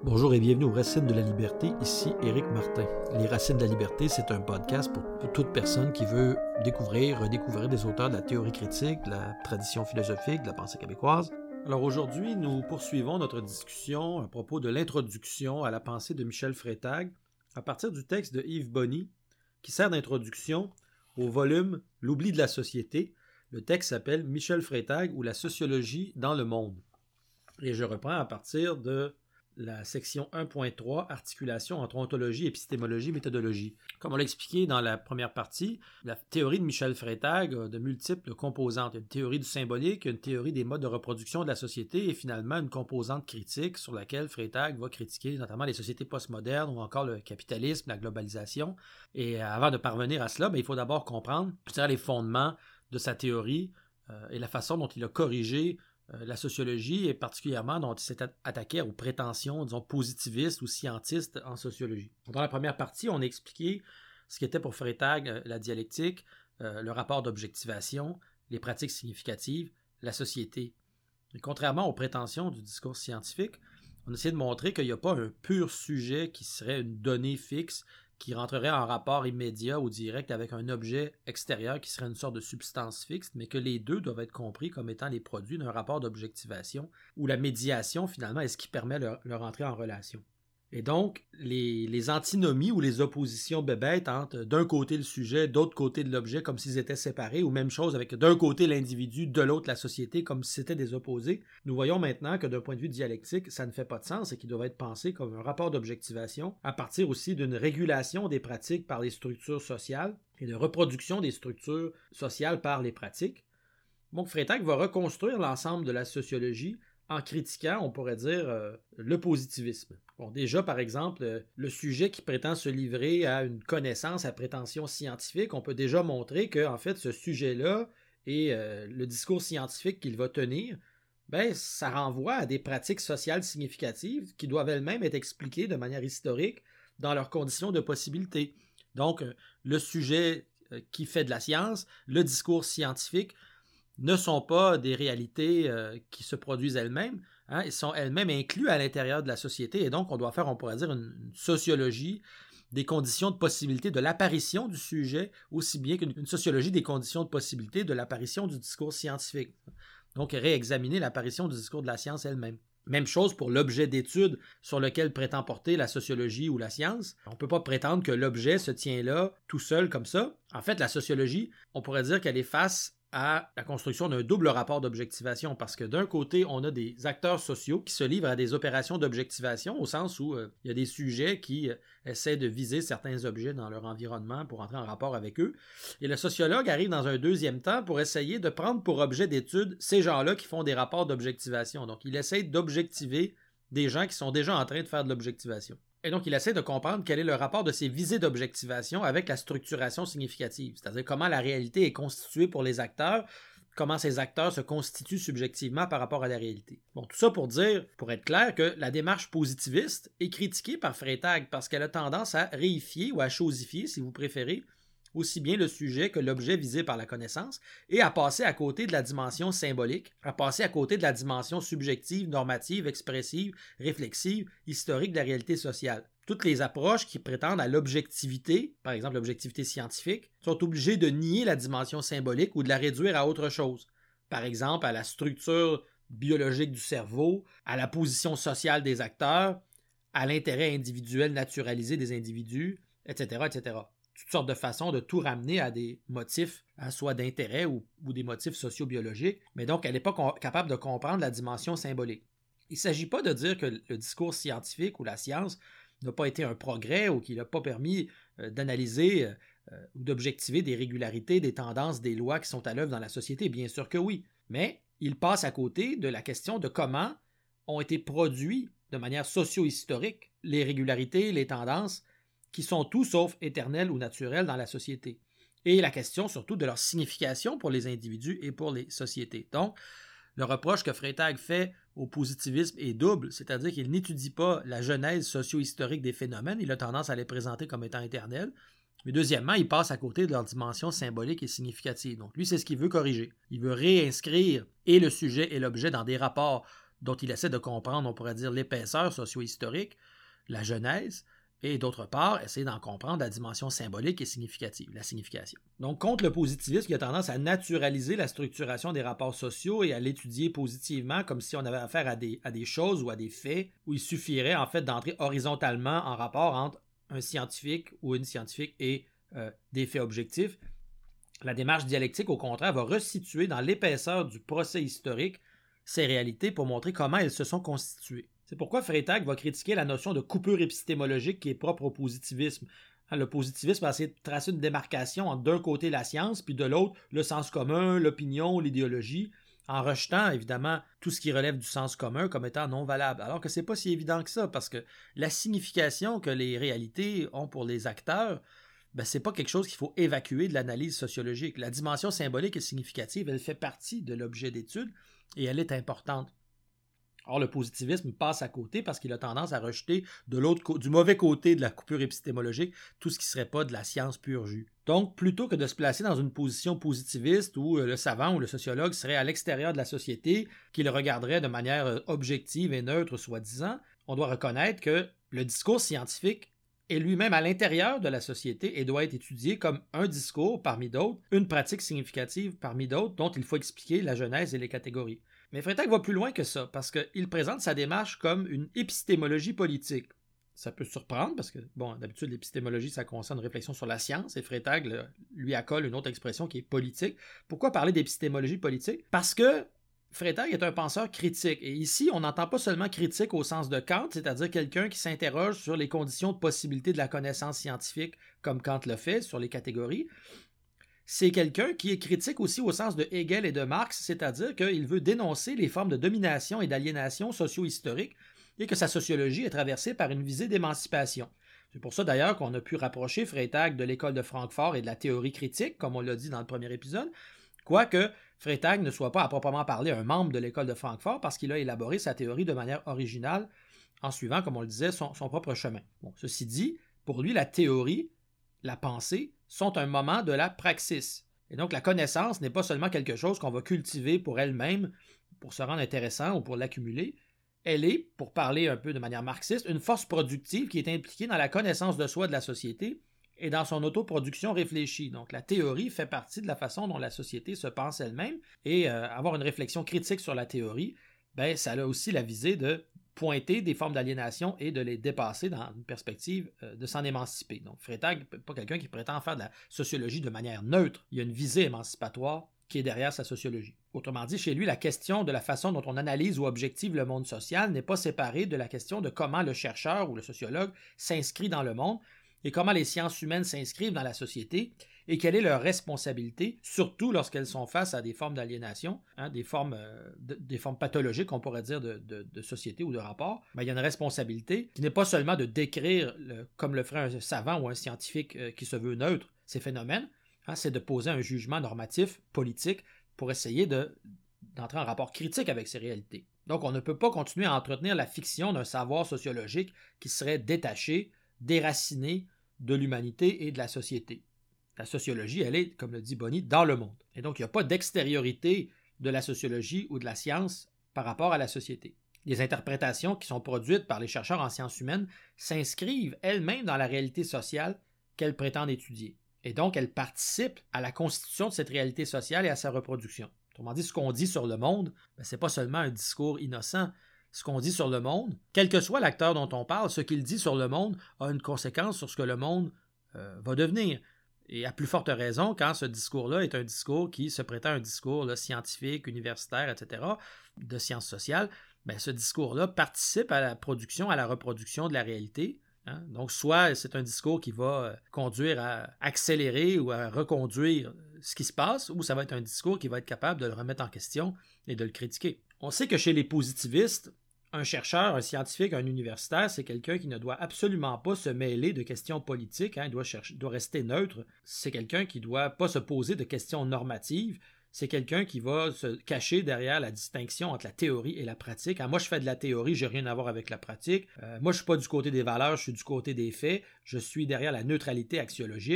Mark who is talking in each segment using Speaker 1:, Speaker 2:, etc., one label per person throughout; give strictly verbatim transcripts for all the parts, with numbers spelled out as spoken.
Speaker 1: Bonjour et bienvenue aux Racines de la Liberté, ici Éric Martin. Les Racines de la Liberté, c'est un podcast pour, pour toute personne qui veut découvrir, redécouvrir des auteurs de la théorie critique, de la tradition philosophique, de la pensée québécoise. Alors aujourd'hui, nous poursuivons notre discussion à propos de l'introduction à la pensée de Michel Freytag à partir du texte de Yves Bonny, qui sert d'introduction au volume « L'oubli de la société ». Le texte s'appelle « Michel Freytag ou la sociologie dans le monde ». Et je reprends à partir de la section un point trois, articulation entre ontologie, épistémologie, méthodologie. Comme on l'a expliqué dans la première partie, la théorie de Michel Freytag a de multiples composantes. Il y a une théorie du symbolique, une théorie des modes de reproduction de la société et finalement une composante critique sur laquelle Freytag va critiquer notamment les sociétés postmodernes ou encore le capitalisme, la globalisation. Et avant de parvenir à cela, bien, il faut d'abord comprendre les fondements de sa théorie euh, et la façon dont il a corrigé la sociologie et particulièrement dont il s'est attaqué aux prétentions, disons, positivistes ou scientistes en sociologie. Dans la première partie, on a expliqué ce qu'était pour Freytag la dialectique, euh, le rapport d'objectivation, les pratiques significatives, la société. Et contrairement aux prétentions du discours scientifique, on a essayé de montrer qu'il n'y a pas un pur sujet qui serait une donnée fixe qui rentrerait en rapport immédiat ou direct avec un objet extérieur qui serait une sorte de substance fixe, mais que les deux doivent être compris comme étant les produits d'un rapport d'objectivation où la médiation, finalement, est ce qui permet leur, leur entrée en relation. Et donc, les, les antinomies ou les oppositions bébêtes entre d'un côté le sujet, d'autre côté de l'objet, comme s'ils étaient séparés, ou même chose avec d'un côté l'individu, de l'autre la société, comme si c'était des opposés, nous voyons maintenant que d'un point de vue dialectique, ça ne fait pas de sens et qu'il doit être pensé comme un rapport d'objectivation à partir aussi d'une régulation des pratiques par les structures sociales et de reproduction des structures sociales par les pratiques. Donc, Freytag va reconstruire l'ensemble de la sociologie en critiquant, on pourrait dire, euh, le positivisme. Bon, déjà, par exemple, euh, le sujet qui prétend se livrer à une connaissance à prétention scientifique, on peut déjà montrer que, en fait, ce sujet-là et euh, le discours scientifique qu'il va tenir, ben, ça renvoie à des pratiques sociales significatives qui doivent elles-mêmes être expliquées de manière historique dans leurs conditions de possibilité. Donc, euh, le sujet euh, qui fait de la science, le discours scientifique, ne sont pas des réalités euh, qui se produisent elles-mêmes, hein, ils sont elles-mêmes inclus à l'intérieur de la société et donc on doit faire, on pourrait dire, une, une sociologie des conditions de possibilité de l'apparition du sujet, aussi bien qu'une sociologie des conditions de possibilité de l'apparition du discours scientifique. Donc réexaminer l'apparition du discours de la science elle-même. Même chose pour l'objet d'étude sur lequel prétend porter la sociologie ou la science. On ne peut pas prétendre que l'objet se tient là, tout seul comme ça. En fait, la sociologie, on pourrait dire qu'elle est face à la construction d'un double rapport d'objectivation parce que d'un côté, on a des acteurs sociaux qui se livrent à des opérations d'objectivation au sens où euh, il y a des sujets qui euh, essaient de viser certains objets dans leur environnement pour entrer en rapport avec eux. Et le sociologue arrive dans un deuxième temps pour essayer de prendre pour objet d'étude ces gens-là qui font des rapports d'objectivation. Donc, il essaie d'objectiver des gens qui sont déjà en train de faire de l'objectivation. Et donc, il essaie de comprendre quel est le rapport de ces visées d'objectivation avec la structuration significative, c'est-à-dire comment la réalité est constituée pour les acteurs, comment ces acteurs se constituent subjectivement par rapport à la réalité. Bon, tout ça pour dire, pour être clair, que la démarche positiviste est critiquée par Freytag parce qu'elle a tendance à réifier ou à chosifier, si vous préférez, aussi bien le sujet que l'objet visé par la connaissance, et à passer à côté de la dimension symbolique, à passer à côté de la dimension subjective, normative, expressive, réflexive, historique de la réalité sociale. Toutes les approches qui prétendent à l'objectivité, par exemple l'objectivité scientifique, sont obligées de nier la dimension symbolique ou de la réduire à autre chose. Par exemple, à la structure biologique du cerveau, à la position sociale des acteurs, à l'intérêt individuel naturalisé des individus, et cetera, et cetera. Toutes sortes de façons de tout ramener à des motifs, hein, soit d'intérêt ou, ou des motifs socio-biologiques, mais donc elle n'est pas com- capable de comprendre la dimension symbolique. Il ne s'agit pas de dire que le discours scientifique ou la science n'a pas été un progrès ou qu'il n'a pas permis euh, d'analyser euh, ou d'objectiver des régularités, des tendances, des lois qui sont à l'œuvre dans la société. Bien sûr que oui, mais il passe à côté de la question de comment ont été produits de manière socio-historique les régularités, les tendances, qui sont tout sauf éternels ou naturels dans la société. Et la question surtout de leur signification pour les individus et pour les sociétés. Donc, le reproche que Freytag fait au positivisme est double, c'est-à-dire qu'il n'étudie pas la genèse socio-historique des phénomènes, il a tendance à les présenter comme étant éternels, mais deuxièmement, il passe à côté de leur dimension symbolique et significative. Donc lui, c'est ce qu'il veut corriger. Il veut réinscrire et le sujet et l'objet dans des rapports dont il essaie de comprendre, on pourrait dire, l'épaisseur socio-historique, la genèse, et d'autre part, essayer d'en comprendre la dimension symbolique et significative, la signification. Donc, contre le positivisme qui a tendance à naturaliser la structuration des rapports sociaux et à l'étudier positivement comme si on avait affaire à des, à des choses ou à des faits où il suffirait en fait d'entrer horizontalement en rapport entre un scientifique ou une scientifique et euh, des faits objectifs. La démarche dialectique, au contraire, va resituer dans l'épaisseur du procès historique ces réalités pour montrer comment elles se sont constituées. C'est pourquoi Freytag va critiquer la notion de coupure épistémologique qui est propre au positivisme. Le positivisme va essayer de tracer une démarcation entre d'un côté la science, puis de l'autre le sens commun, l'opinion, l'idéologie, en rejetant évidemment tout ce qui relève du sens commun comme étant non valable. Alors que c'est pas si évident que ça, parce que la signification que les réalités ont pour les acteurs, ben, c'est pas quelque chose qu'il faut évacuer de l'analyse sociologique. La dimension symbolique et significative, elle fait partie de l'objet d'étude et elle est importante. Or, le positivisme passe à côté parce qu'il a tendance à rejeter de l'autre, du mauvais côté de la coupure épistémologique tout ce qui ne serait pas de la science pure jus. Donc, plutôt que de se placer dans une position positiviste où le savant ou le sociologue serait à l'extérieur de la société, qu'il regarderait de manière objective et neutre, soi-disant, on doit reconnaître que le discours scientifique est lui-même à l'intérieur de la société et doit être étudié comme un discours parmi d'autres, une pratique significative parmi d'autres dont il faut expliquer la genèse et les catégories. Mais Freytag va plus loin que ça, parce qu'il présente sa démarche comme une épistémologie politique. Ça peut surprendre, parce que, bon, d'habitude, l'épistémologie, ça concerne une réflexion sur la science, et Freytag le, lui accole une autre expression qui est politique. Pourquoi parler d'épistémologie politique? Parce que Freytag est un penseur critique, et ici, on n'entend pas seulement critique au sens de Kant, c'est-à-dire quelqu'un qui s'interroge sur les conditions de possibilité de la connaissance scientifique, comme Kant le fait, sur les catégories. C'est quelqu'un qui est critique aussi au sens de Hegel et de Marx, c'est-à-dire qu'il veut dénoncer les formes de domination et d'aliénation socio-historique et que sa sociologie est traversée par une visée d'émancipation. C'est pour ça d'ailleurs qu'on a pu rapprocher Freytag de l'école de Francfort et de la théorie critique, comme on l'a dit dans le premier épisode, quoique Freytag ne soit pas à proprement parler un membre de l'école de Francfort parce qu'il a élaboré sa théorie de manière originale en suivant, comme on le disait, son, son propre chemin. Bon, ceci dit, pour lui, la théorie, la pensée, sont un moment de la praxis. Et donc, la connaissance n'est pas seulement quelque chose qu'on va cultiver pour elle-même, pour se rendre intéressant ou pour l'accumuler. Elle est, pour parler un peu de manière marxiste, une force productive qui est impliquée dans la connaissance de soi de la société et dans son autoproduction réfléchie. Donc, la théorie fait partie de la façon dont la société se pense elle-même et euh, avoir une réflexion critique sur la théorie, ben, ça a aussi la visée de pointer des formes d'aliénation et de les dépasser dans une perspective euh, de s'en émanciper. Donc, Freytag n'est pas quelqu'un qui prétend faire de la sociologie de manière neutre. Il y a une visée émancipatoire qui est derrière sa sociologie. Autrement dit, chez lui, la question de la façon dont on analyse ou objective le monde social n'est pas séparée de la question de comment le chercheur ou le sociologue s'inscrit dans le monde et comment les sciences humaines s'inscrivent dans la société et quelle est leur responsabilité, surtout lorsqu'elles sont face à des formes d'aliénation, hein, des, formes, euh, de, des formes pathologiques, on pourrait dire, de, de, de société ou de rapport. Ben, il y a une responsabilité qui n'est pas seulement de décrire, le, comme le ferait un savant ou un scientifique euh, qui se veut neutre, ces phénomènes, hein, c'est de poser un jugement normatif, politique, pour essayer de, d'entrer en rapport critique avec ces réalités. Donc, on ne peut pas continuer à entretenir la fiction d'un savoir sociologique qui serait détaché, déraciné de l'humanité et de la société. La sociologie, elle est, comme le dit Bonny, dans le monde. Et donc, il n'y a pas d'extériorité de la sociologie ou de la science par rapport à la société. Les interprétations qui sont produites par les chercheurs en sciences humaines s'inscrivent elles-mêmes dans la réalité sociale qu'elles prétendent étudier. Et donc, elles participent à la constitution de cette réalité sociale et à sa reproduction. Autrement dit, ce qu'on dit sur le monde, ben, ce n'est pas seulement un discours innocent. Ce qu'on dit sur le monde, quel que soit l'acteur dont on parle, ce qu'il dit sur le monde a une conséquence sur ce que le monde euh, va devenir. Et à plus forte raison, quand ce discours-là est un discours qui se prétend un discours là, scientifique, universitaire, et cetera, de sciences sociales, bien, ce discours-là participe à la production, à la reproduction de la réalité. Hein? Donc, soit c'est un discours qui va conduire à accélérer ou à reconduire ce qui se passe, ou ça va être un discours qui va être capable de le remettre en question et de le critiquer. On sait que chez les positivistes, un chercheur, un scientifique, un universitaire, c'est quelqu'un qui ne doit absolument pas se mêler de questions politiques, hein, il doit, chercher, doit rester neutre. C'est quelqu'un qui ne doit pas se poser de questions normatives. C'est quelqu'un qui va se cacher derrière la distinction entre la théorie et la pratique. Hein, moi, je fais de la théorie, j'ai rien à voir avec la pratique. Euh, moi, je ne suis pas du côté des valeurs, je suis du côté des faits. Je suis derrière la neutralité axiologique.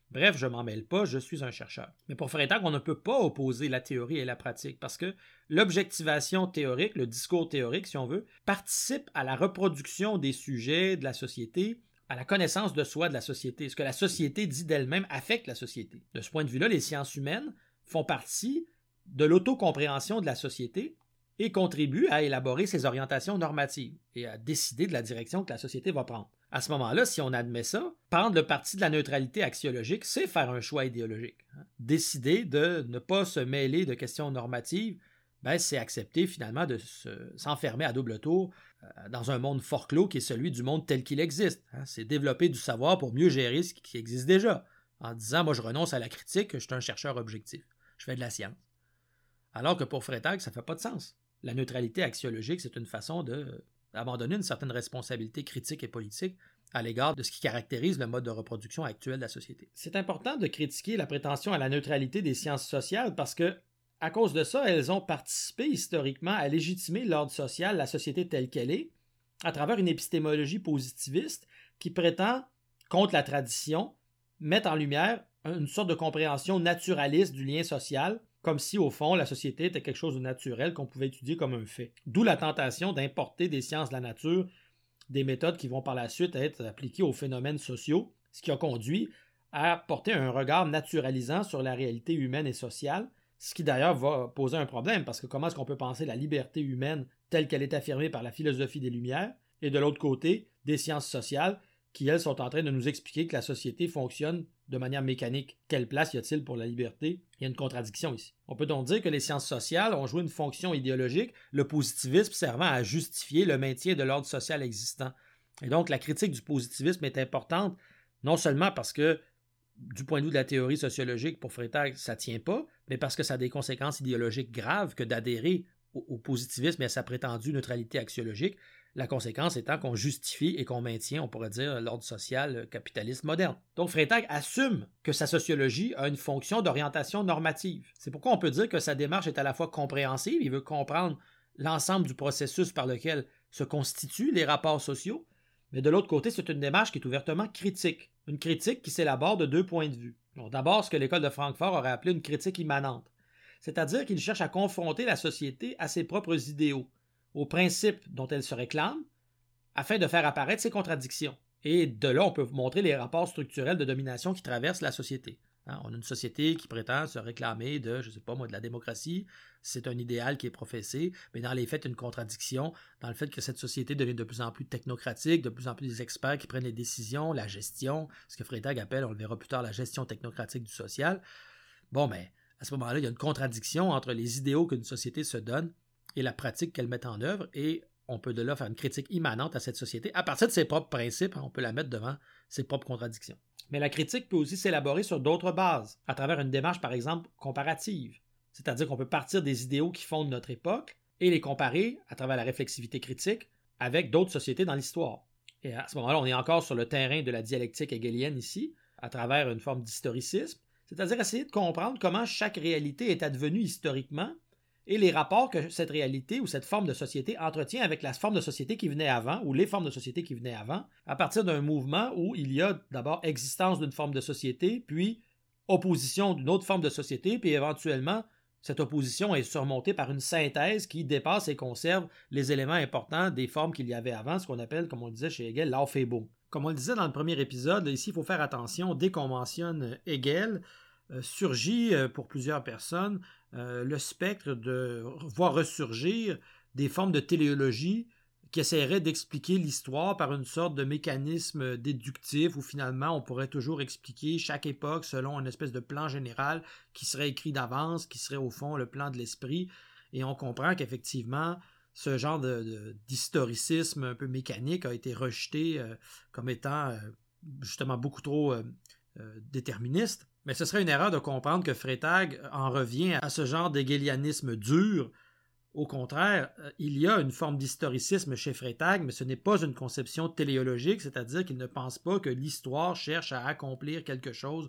Speaker 1: Bref, je m'en mêle pas, je suis un chercheur. Mais pour Freytag, on ne peut pas opposer la théorie et la pratique parce que l'objectivation théorique, le discours théorique, si on veut, participe à la reproduction des sujets de la société, à la connaissance de soi de la société. Ce que la société dit d'elle-même affecte la société. De ce point de vue-là, les sciences humaines font partie de l'autocompréhension de la société et contribuent à élaborer ses orientations normatives et à décider de la direction que la société va prendre. À ce moment-là, si on admet ça, prendre le parti de la neutralité axiologique, c'est faire un choix idéologique. Hein. Décider de ne pas se mêler de questions normatives, ben, c'est accepter finalement de se, s'enfermer à double tour euh, dans un monde fort clos qui est celui du monde tel qu'il existe. Hein. C'est développer du savoir pour mieux gérer ce qui existe déjà, en disant « moi je renonce à la critique, je suis un chercheur objectif, je fais de la science ». Alors que pour Freytag, ça ne fait pas de sens. La neutralité axiologique, c'est une façon de abandonner une certaine responsabilité critique et politique à l'égard de ce qui caractérise le mode de reproduction actuel de la société. C'est important de critiquer la prétention à la neutralité des sciences sociales parce que, à cause de ça, elles ont participé historiquement à légitimer l'ordre social, la société telle qu'elle est, à travers une épistémologie positiviste qui prétend, contre la tradition, mettre en lumière une sorte de compréhension naturaliste du lien social, comme si, au fond, la société était quelque chose de naturel qu'on pouvait étudier comme un fait. D'où la tentation d'importer des sciences de la nature, des méthodes qui vont par la suite être appliquées aux phénomènes sociaux, ce qui a conduit à porter un regard naturalisant sur la réalité humaine et sociale, ce qui d'ailleurs va poser un problème, parce que comment est-ce qu'on peut penser la liberté humaine telle qu'elle est affirmée par la philosophie des Lumières, et de l'autre côté, des sciences sociales, qui, elles, sont en train de nous expliquer que la société fonctionne de manière mécanique. Quelle place y a-t-il pour la liberté? Il y a une contradiction ici. On peut donc dire que les sciences sociales ont joué une fonction idéologique, le positivisme servant à justifier le maintien de l'ordre social existant. Et donc, la critique du positivisme est importante, non seulement parce que, du point de vue de la théorie sociologique, pour Freytag, ça ne tient pas, mais parce que ça a des conséquences idéologiques graves que d'adhérer au, au positivisme et à sa prétendue neutralité axiologique. La conséquence étant qu'on justifie et qu'on maintient, on pourrait dire, l'ordre social capitaliste moderne. Donc Freytag assume que sa sociologie a une fonction d'orientation normative. C'est pourquoi on peut dire que sa démarche est à la fois compréhensive, il veut comprendre l'ensemble du processus par lequel se constituent les rapports sociaux, mais de l'autre côté, c'est une démarche qui est ouvertement critique. Une critique qui s'élabore de deux points de vue. Donc, d'abord, ce que l'école de Francfort aurait appelé une critique immanente, c'est-à-dire qu'il cherche à confronter la société à ses propres idéaux, aux principes dont elle se réclame, afin de faire apparaître ses contradictions. Et de là, on peut montrer les rapports structurels de domination qui traversent la société. Hein, on a une société qui prétend se réclamer de, je ne sais pas moi, de la démocratie. C'est un idéal qui est professé, mais dans les faits, il y a une contradiction dans le fait que cette société devient de plus en plus technocratique, de plus en plus des experts qui prennent les décisions, la gestion, ce que Freytag appelle, on le verra plus tard, la gestion technocratique du social. Bon, mais à ce moment-là, il y a une contradiction entre les idéaux qu'une société se donne et la pratique qu'elle met en œuvre, et on peut de là faire une critique immanente à cette société. À partir de ses propres principes, on peut la mettre devant ses propres contradictions. Mais la critique peut aussi s'élaborer sur d'autres bases, à travers une démarche, par exemple, comparative. C'est-à-dire qu'on peut partir des idéaux qui fondent notre époque et les comparer, à travers la réflexivité critique, avec d'autres sociétés dans l'histoire. Et à ce moment-là, on est encore sur le terrain de la dialectique hegelienne ici, à travers une forme d'historicisme, c'est-à-dire essayer de comprendre comment chaque réalité est advenue historiquement et les rapports que cette réalité ou cette forme de société entretient avec la forme de société qui venait avant, ou les formes de société qui venaient avant, à partir d'un mouvement où il y a d'abord existence d'une forme de société, puis opposition d'une autre forme de société, puis éventuellement, cette opposition est surmontée par une synthèse qui dépasse et conserve les éléments importants des formes qu'il y avait avant, ce qu'on appelle, comme on le disait chez Hegel, l'Aufhebung. Comme on le disait dans le premier épisode, ici, il faut faire attention, dès qu'on mentionne Hegel, euh, surgit euh, pour plusieurs personnes euh, le spectre de voir ressurgir des formes de téléologie qui essaieraient d'expliquer l'histoire par une sorte de mécanisme déductif où finalement on pourrait toujours expliquer chaque époque selon une espèce de plan général qui serait écrit d'avance, qui serait au fond le plan de l'esprit. Et on comprend qu'effectivement, ce genre de, de, d'historicisme un peu mécanique a été rejeté euh, comme étant euh, justement beaucoup trop euh, euh, déterministe. Mais ce serait une erreur de comprendre que Freytag en revient à ce genre d'hégélianisme dur. Au contraire, il y a une forme d'historicisme chez Freytag, mais ce n'est pas une conception téléologique, c'est-à-dire qu'il ne pense pas que l'histoire cherche à accomplir quelque chose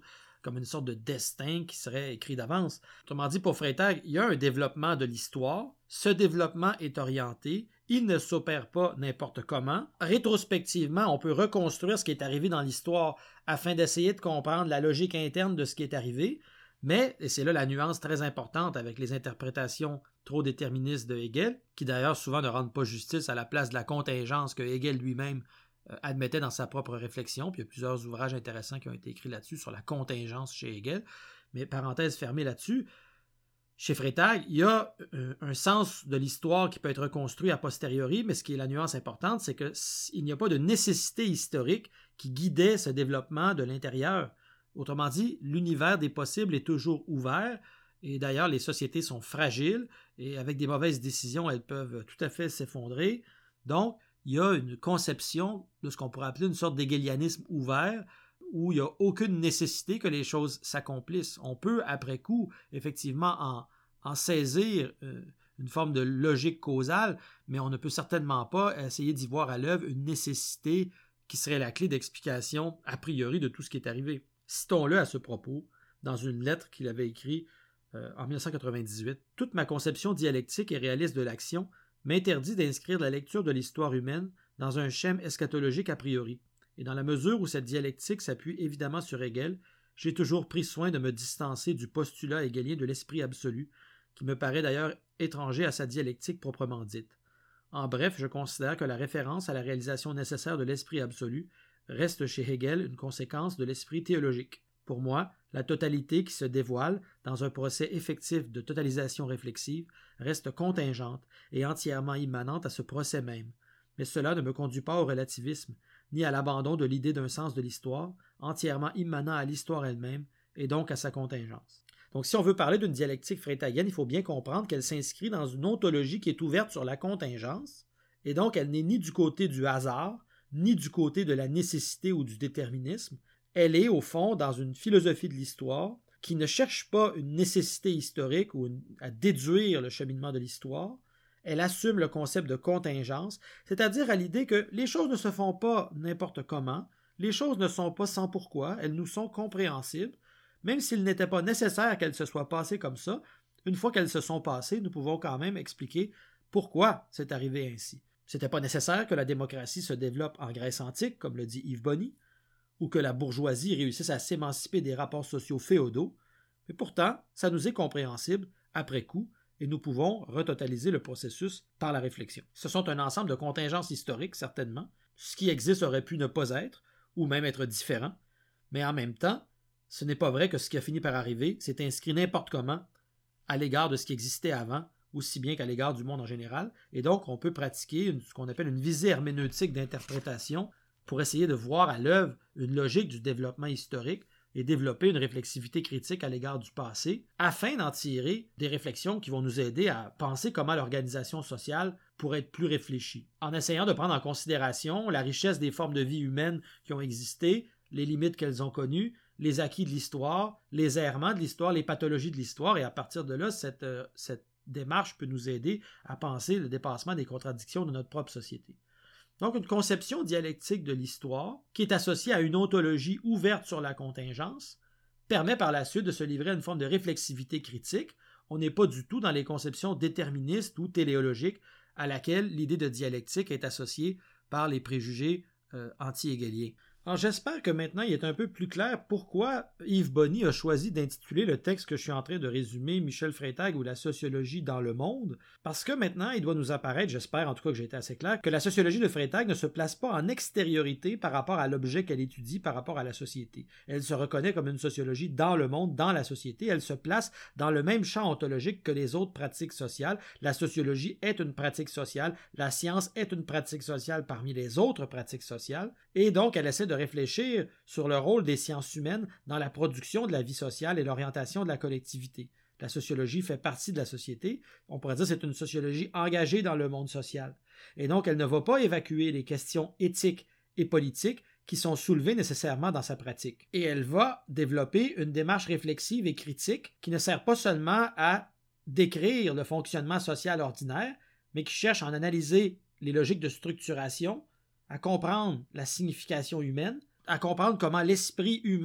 Speaker 1: comme une sorte de destin qui serait écrit d'avance. Autrement dit, pour Freytag, il y a un développement de l'histoire. Ce développement est orienté. Il ne s'opère pas n'importe comment. Rétrospectivement, on peut reconstruire ce qui est arrivé dans l'histoire afin d'essayer de comprendre la logique interne de ce qui est arrivé. Mais, et c'est là la nuance très importante avec les interprétations trop déterministes de Hegel, qui d'ailleurs souvent ne rendent pas justice à la place de la contingence que Hegel lui-même euh, admettait dans sa propre réflexion. Puis il y a plusieurs ouvrages intéressants qui ont été écrits là-dessus, sur la contingence chez Hegel. Mais parenthèse fermée là-dessus, chez Freytag, il y a un, un sens de l'histoire qui peut être reconstruit a posteriori, mais ce qui est la nuance importante, c'est qu'il n'y a pas de nécessité historique qui guidait ce développement de l'intérieur. Autrement dit, l'univers des possibles est toujours ouvert, et d'ailleurs, les sociétés sont fragiles, et avec des mauvaises décisions, elles peuvent tout à fait s'effondrer. Donc, il y a une conception de ce qu'on pourrait appeler une sorte d'hégélianisme ouvert, où il n'y a aucune nécessité que les choses s'accomplissent. On peut, après coup, effectivement, en, en saisir euh, une forme de logique causale, mais on ne peut certainement pas essayer d'y voir à l'œuvre une nécessité qui serait la clé d'explication a priori de tout ce qui est arrivé. Citons-le à ce propos, dans une lettre qu'il avait écrite euh, en dix-neuf cent quatre-vingt-dix-huit. « Toute ma conception dialectique et réaliste de l'action m'interdit d'inscrire la lecture de l'histoire humaine dans un schème eschatologique a priori. Et dans la mesure où cette dialectique s'appuie évidemment sur Hegel, j'ai toujours pris soin de me distancer du postulat hegelien de l'esprit absolu, qui me paraît d'ailleurs étranger à sa dialectique proprement dite. En bref, je considère que la référence à la réalisation nécessaire de l'esprit absolu reste chez Hegel une conséquence de l'esprit théologique. Pour moi, la totalité qui se dévoile dans un procès effectif de totalisation réflexive reste contingente et entièrement immanente à ce procès même. Mais cela ne me conduit pas au relativisme, ni à l'abandon de l'idée d'un sens de l'histoire, entièrement immanent à l'histoire elle-même, et donc à sa contingence. » Donc si on veut parler d'une dialectique freytagienne, il faut bien comprendre qu'elle s'inscrit dans une ontologie qui est ouverte sur la contingence, et donc elle n'est ni du côté du hasard, ni du côté de la nécessité ou du déterminisme. Elle est, au fond, dans une philosophie de l'histoire qui ne cherche pas une nécessité historique ou une, à déduire le cheminement de l'histoire. Elle assume le concept de contingence, c'est-à-dire à l'idée que les choses ne se font pas n'importe comment, les choses ne sont pas sans pourquoi, elles nous sont compréhensibles, même s'il n'était pas nécessaire qu'elles se soient passées comme ça. Une fois qu'elles se sont passées, nous pouvons quand même expliquer pourquoi c'est arrivé ainsi. C'était pas nécessaire que la démocratie se développe en Grèce antique, comme le dit Yves Bonny, ou que la bourgeoisie réussisse à s'émanciper des rapports sociaux féodaux, mais pourtant, ça nous est compréhensible, après coup, et nous pouvons retotaliser le processus par la réflexion. Ce sont un ensemble de contingences historiques, certainement. Ce qui existe aurait pu ne pas être, ou même être différent, mais en même temps, ce n'est pas vrai que ce qui a fini par arriver s'est inscrit n'importe comment à l'égard de ce qui existait avant, aussi bien qu'à l'égard du monde en général, et donc on peut pratiquer une, ce qu'on appelle une visée herméneutique d'interprétation pour essayer de voir à l'œuvre une logique du développement historique et développer une réflexivité critique à l'égard du passé, afin d'en tirer des réflexions qui vont nous aider à penser comment l'organisation sociale pourrait être plus réfléchie, en essayant de prendre en considération la richesse des formes de vie humaines qui ont existé, les limites qu'elles ont connues, les acquis de l'histoire, les errements de l'histoire, les pathologies de l'histoire, et à partir de là, cette, euh, cette démarche peut nous aider à penser le dépassement des contradictions de notre propre société. Donc, une conception dialectique de l'histoire, qui est associée à une ontologie ouverte sur la contingence, permet par la suite de se livrer à une forme de réflexivité critique. On n'est pas du tout dans les conceptions déterministes ou téléologiques à laquelle l'idée de dialectique est associée par les préjugés euh, anti-hégéliens. Alors, j'espère que maintenant il est un peu plus clair pourquoi Yves Bonny a choisi d'intituler le texte que je suis en train de résumer Michel Freytag ou la sociologie dans le monde, parce que maintenant il doit nous apparaître, j'espère en tout cas que j'ai été assez clair, que la sociologie de Freytag ne se place pas en extériorité par rapport à l'objet qu'elle étudie par rapport à la société. Elle se reconnaît comme une sociologie dans le monde, dans la société, elle se place dans le même champ ontologique que les autres pratiques sociales. La sociologie est une pratique sociale, la science est une pratique sociale parmi les autres pratiques sociales, et donc elle essaie de réfléchir sur le rôle des sciences humaines dans la production de la vie sociale et l'orientation de la collectivité. La sociologie fait partie de la société. On pourrait dire que c'est une sociologie engagée dans le monde social. Et donc, elle ne va pas évacuer les questions éthiques et politiques qui sont soulevées nécessairement dans sa pratique. Et elle va développer une démarche réflexive et critique qui ne sert pas seulement à décrire le fonctionnement social ordinaire, mais qui cherche à en analyser les logiques de structuration, à comprendre la signification humaine, à comprendre comment l'esprit humain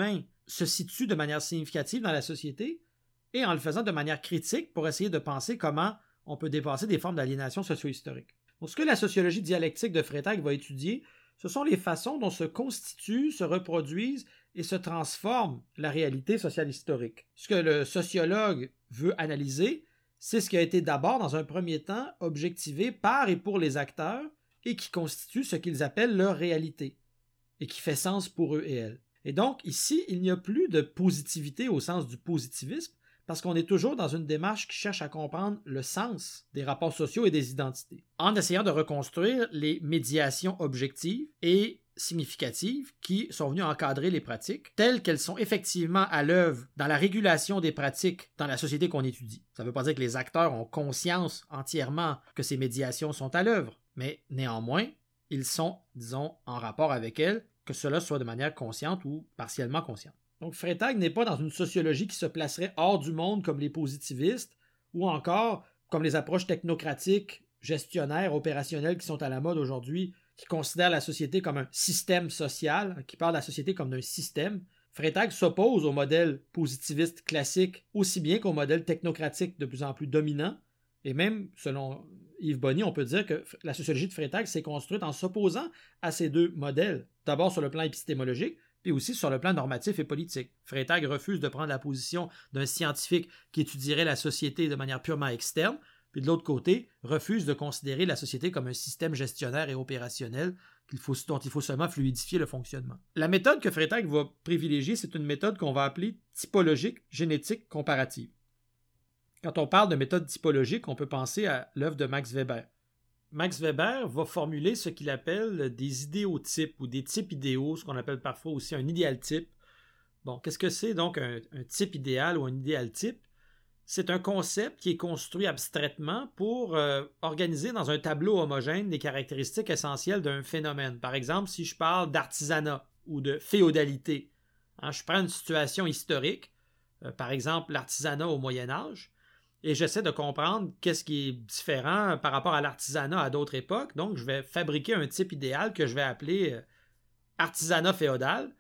Speaker 1: se situe de manière significative dans la société et en le faisant de manière critique pour essayer de penser comment on peut dépasser des formes d'aliénation socio-historique. Donc, ce que la sociologie dialectique de Freytag va étudier, ce sont les façons dont se constituent, se reproduisent et se transforment la réalité sociale historique. Ce que le sociologue veut analyser, c'est ce qui a été d'abord, dans un premier temps, objectivé par et pour les acteurs et qui constitue ce qu'ils appellent leur réalité et qui fait sens pour eux et elles. Et donc, ici, il n'y a plus de positivité au sens du positivisme, parce qu'on est toujours dans une démarche qui cherche à comprendre le sens des rapports sociaux et des identités, en essayant de reconstruire les médiations objectives et significatives qui sont venues encadrer les pratiques, telles qu'elles sont effectivement à l'œuvre dans la régulation des pratiques dans la société qu'on étudie. Ça ne veut pas dire que les acteurs ont conscience entièrement que ces médiations sont à l'œuvre, mais néanmoins, ils sont, disons, en rapport avec elles, que cela soit de manière consciente ou partiellement consciente. Donc, Freytag n'est pas dans une sociologie qui se placerait hors du monde comme les positivistes ou encore comme les approches technocratiques, gestionnaires, opérationnelles qui sont à la mode aujourd'hui, qui considèrent la société comme un système social, qui parlent de la société comme d'un système. Freytag s'oppose au modèle positiviste classique aussi bien qu'au modèle technocratique de plus en plus dominant. Et même, selon Yves Bonny, on peut dire que la sociologie de Freytag s'est construite en s'opposant à ces deux modèles, d'abord sur le plan épistémologique, puis aussi sur le plan normatif et politique. Freytag refuse de prendre la position d'un scientifique qui étudierait la société de manière purement externe, puis de l'autre côté, refuse de considérer la société comme un système gestionnaire et opérationnel qu'il faut, dont il faut seulement fluidifier le fonctionnement. La méthode que Freytag va privilégier, c'est une méthode qu'on va appeler typologique, génétique, comparative. Quand on parle de méthode typologique, on peut penser à l'œuvre de Max Weber. Max Weber va formuler ce qu'il appelle des idéotypes ou des types idéaux, ce qu'on appelle parfois aussi un idéal type. Bon, qu'est-ce que c'est donc un, un type idéal ou un idéal type? C'est un concept qui est construit abstraitement pour euh, organiser dans un tableau homogène les caractéristiques essentielles d'un phénomène. Par exemple, si je parle d'artisanat ou de féodalité, hein, je prends une situation historique, euh, par exemple l'artisanat au Moyen Âge, et j'essaie de comprendre qu'est-ce qui est différent par rapport à l'artisanat à d'autres époques. Donc, je vais fabriquer un type idéal que je vais appeler euh, artisanat féodal.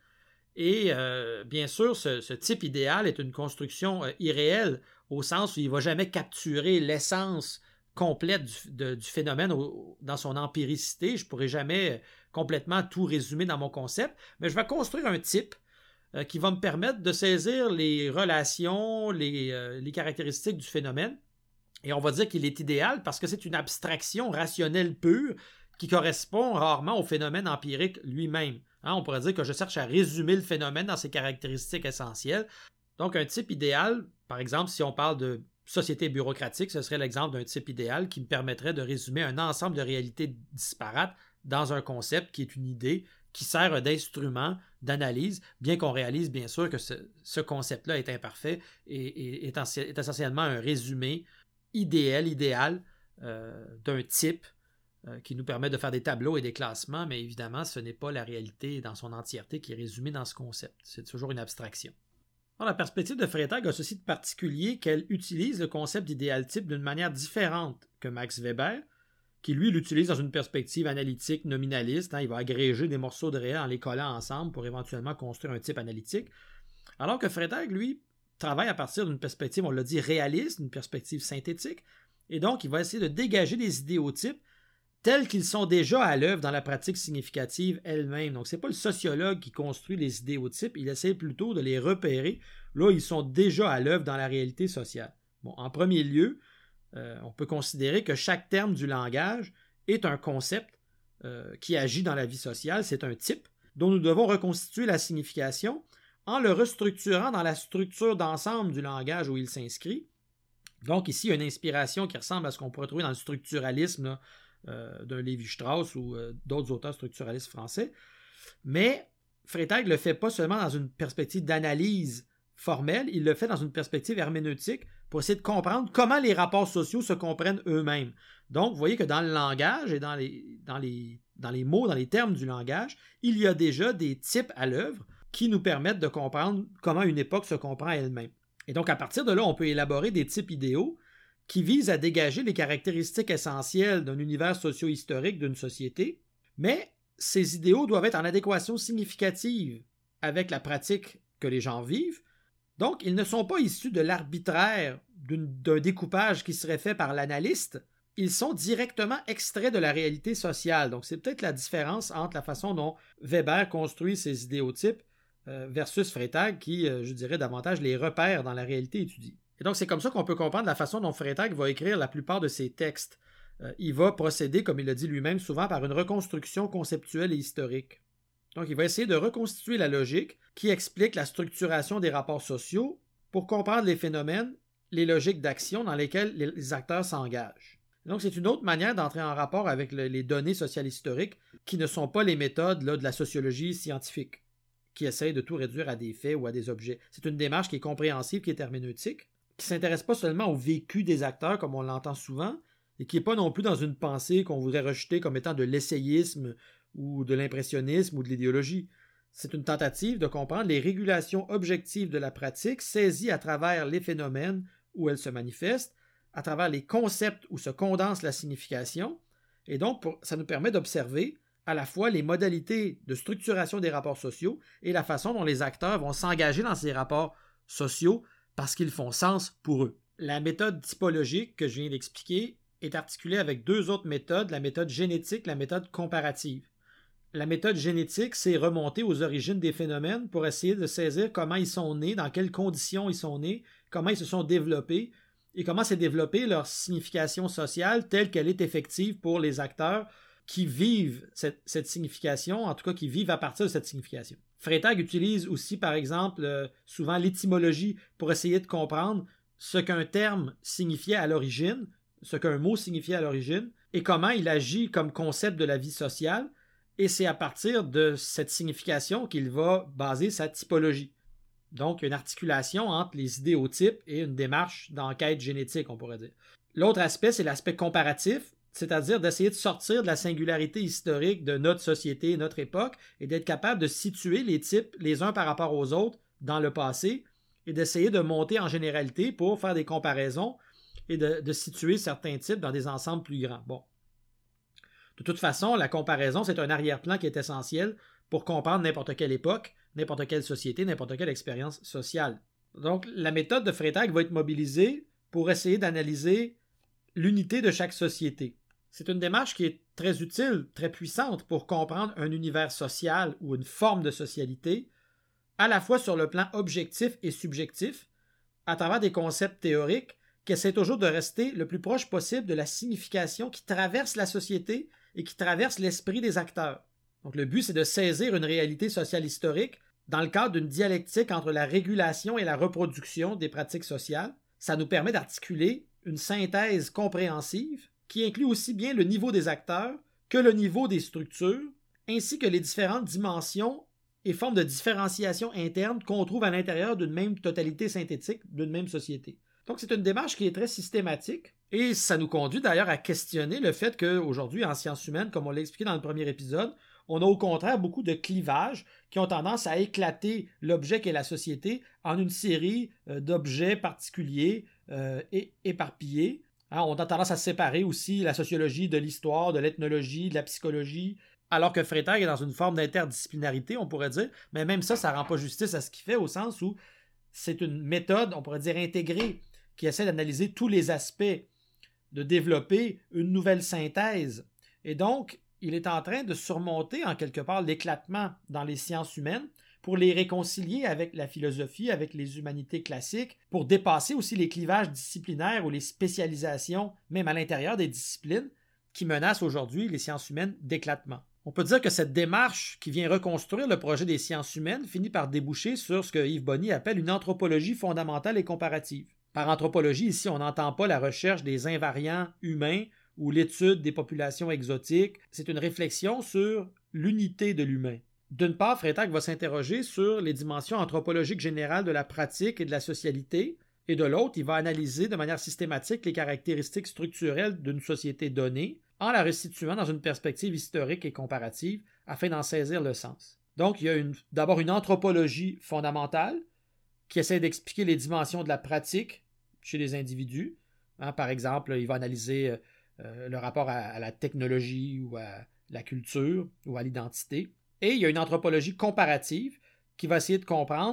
Speaker 1: Et euh, bien sûr, ce, ce type idéal est une construction euh, irréelle au sens où il ne va jamais capturer l'essence complète du, de, du phénomène au, dans son empiricité. Je ne pourrai jamais complètement tout résumer dans mon concept, mais je vais construire un type euh, qui va me permettre de saisir les relations, les, euh, les caractéristiques du phénomène. Et on va dire qu'il est idéal parce que c'est une abstraction rationnelle pure qui correspond rarement au phénomène empirique lui-même. Hein, on pourrait dire que je cherche à résumer le phénomène dans ses caractéristiques essentielles. Donc, un type idéal, par exemple, si on parle de société bureaucratique, ce serait l'exemple d'un type idéal qui me permettrait de résumer un ensemble de réalités disparates dans un concept qui est une idée qui sert d'instrument d'analyse, bien qu'on réalise bien sûr que ce, ce concept-là est imparfait et, et est, est essentiellement un résumé idéal, idéal euh, d'un type euh, qui nous permet de faire des tableaux et des classements, mais évidemment, ce n'est pas la réalité dans son entièreté qui est résumée dans ce concept. C'est toujours une abstraction. Alors, la perspective de Freytag a ceci de particulier qu'elle utilise le concept d'idéal type d'une manière différente que Max Weber, qui lui l'utilise dans une perspective analytique nominaliste. Hein, il va agréger des morceaux de réel en les collant ensemble pour éventuellement construire un type analytique. Alors que Freytag, lui, travaille à partir d'une perspective, on l'a dit, réaliste, une perspective synthétique, et donc il va essayer de dégager des idéotypes tels qu'ils sont déjà à l'œuvre dans la pratique significative elle-même. Donc, ce n'est pas le sociologue qui construit les idéotypes, il essaie plutôt de les repérer. Là, ils sont déjà à l'œuvre dans la réalité sociale. Bon, en premier lieu, euh, on peut considérer que chaque terme du langage est un concept euh, qui agit dans la vie sociale. C'est un type dont nous devons reconstituer la signification en le restructurant dans la structure d'ensemble du langage où il s'inscrit. Donc, ici, il y a une inspiration qui ressemble à ce qu'on pourrait trouver dans le structuralisme là, Euh, d'un Lévi-Strauss ou euh, d'autres auteurs structuralistes français. Mais Freytag ne le fait pas seulement dans une perspective d'analyse formelle, il le fait dans une perspective herméneutique pour essayer de comprendre comment les rapports sociaux se comprennent eux-mêmes. Donc, vous voyez que dans le langage et dans les, dans les, dans les mots, dans les termes du langage, il y a déjà des types à l'œuvre qui nous permettent de comprendre comment une époque se comprend elle-même. Et donc, à partir de là, on peut élaborer des types idéaux qui vise à dégager les caractéristiques essentielles d'un univers socio-historique d'une société, mais ces idéaux doivent être en adéquation significative avec la pratique que les gens vivent. Donc, ils ne sont pas issus de l'arbitraire d'un découpage qui serait fait par l'analyste. Ils sont directement extraits de la réalité sociale. Donc, c'est peut-être la différence entre la façon dont Weber construit ses idéotypes euh, versus Freytag qui, euh, je dirais, davantage les repère dans la réalité étudiée. Et donc, c'est comme ça qu'on peut comprendre la façon dont Freytag va écrire la plupart de ses textes. Euh, il va procéder, comme il le dit lui-même souvent, par une reconstruction conceptuelle et historique. Donc, il va essayer de reconstituer la logique qui explique la structuration des rapports sociaux pour comprendre les phénomènes, les logiques d'action dans lesquelles les acteurs s'engagent. Donc, c'est une autre manière d'entrer en rapport avec le, les données sociales historiques qui ne sont pas les méthodes là, de la sociologie scientifique, qui essaye de tout réduire à des faits ou à des objets. C'est une démarche qui est compréhensive, qui est herméneutique, qui ne s'intéresse pas seulement au vécu des acteurs, comme on l'entend souvent, et qui n'est pas non plus dans une pensée qu'on voudrait rejeter comme étant de l'essayisme ou de l'impressionnisme ou de l'idéologie. C'est une tentative de comprendre les régulations objectives de la pratique saisies à travers les phénomènes où elles se manifestent, à travers les concepts où se condense la signification, et donc pour, ça nous permet d'observer à la fois les modalités de structuration des rapports sociaux et la façon dont les acteurs vont s'engager dans ces rapports sociaux parce qu'ils font sens pour eux. La méthode typologique que je viens d'expliquer est articulée avec deux autres méthodes, la méthode génétique, la méthode comparative. La méthode génétique, c'est remonter aux origines des phénomènes pour essayer de saisir comment ils sont nés, dans quelles conditions ils sont nés, comment ils se sont développés et comment s'est développée leur signification sociale telle qu'elle est effective pour les acteurs qui vivent cette, cette signification, en tout cas qui vivent à partir de cette signification. Freytag utilise aussi, par exemple, euh, souvent l'étymologie pour essayer de comprendre ce qu'un terme signifiait à l'origine, ce qu'un mot signifiait à l'origine, et comment il agit comme concept de la vie sociale, et c'est à partir de cette signification qu'il va baser sa typologie. Donc, une articulation entre les idéotypes et une démarche d'enquête génétique, on pourrait dire. L'autre aspect, c'est l'aspect comparatif, c'est-à-dire d'essayer de sortir de la singularité historique de notre société, notre époque, et d'être capable de situer les types les uns par rapport aux autres dans le passé, et d'essayer de monter en généralité pour faire des comparaisons et de, de situer certains types dans des ensembles plus grands. Bon. De toute façon, la comparaison, c'est un arrière-plan qui est essentiel pour comprendre n'importe quelle époque, n'importe quelle société, n'importe quelle expérience sociale. Donc, la méthode de Freytag va être mobilisée pour essayer d'analyser l'unité de chaque société. C'est une démarche qui est très utile, très puissante pour comprendre un univers social ou une forme de socialité, à la fois sur le plan objectif et subjectif, à travers des concepts théoriques qui essaient toujours de rester le plus proche possible de la signification qui traverse la société et qui traverse l'esprit des acteurs. Donc le but, c'est de saisir une réalité sociale historique dans le cadre d'une dialectique entre la régulation et la reproduction des pratiques sociales. Ça nous permet d'articuler une synthèse compréhensive qui inclut aussi bien le niveau des acteurs que le niveau des structures, ainsi que les différentes dimensions et formes de différenciation interne qu'on trouve à l'intérieur d'une même totalité synthétique, d'une même société. Donc c'est une démarche qui est très systématique et ça nous conduit d'ailleurs à questionner le fait qu'aujourd'hui, en sciences humaines, comme on l'a expliqué dans le premier épisode, on a au contraire beaucoup de clivages qui ont tendance à éclater l'objet qu'est la société en une série d'objets particuliers euh, et éparpillés. Hein, on a tendance à séparer aussi la sociologie de l'histoire, de l'ethnologie, de la psychologie, alors que Freytag est dans une forme d'interdisciplinarité, on pourrait dire, mais même ça, ça ne rend pas justice à ce qu'il fait au sens où c'est une méthode, on pourrait dire intégrée, qui essaie d'analyser tous les aspects, de développer une nouvelle synthèse. Et donc, il est en train de surmonter en quelque part l'éclatement dans les sciences humaines pour les réconcilier avec la philosophie, avec les humanités classiques, pour dépasser aussi les clivages disciplinaires ou les spécialisations, même à l'intérieur des disciplines, qui menacent aujourd'hui les sciences humaines d'éclatement. On peut dire que cette démarche qui vient reconstruire le projet des sciences humaines finit par déboucher sur ce que Yves Bonny appelle une anthropologie fondamentale et comparative. Par anthropologie, ici, on n'entend pas la recherche des invariants humains ou l'étude des populations exotiques. C'est une réflexion sur l'unité de l'humain. D'une part, Freytag va s'interroger sur les dimensions anthropologiques générales de la pratique et de la socialité, et de l'autre, il va analyser de manière systématique les caractéristiques structurelles d'une société donnée, en la restituant dans une perspective historique et comparative, afin d'en saisir le sens. Donc, il y a une, d'abord une anthropologie fondamentale, qui essaie d'expliquer les dimensions de la pratique chez les individus. Hein, par exemple, il va analyser euh, le rapport à, à la technologie ou à la culture ou à l'identité. Et il y a une anthropologie comparative qui va essayer de comprendre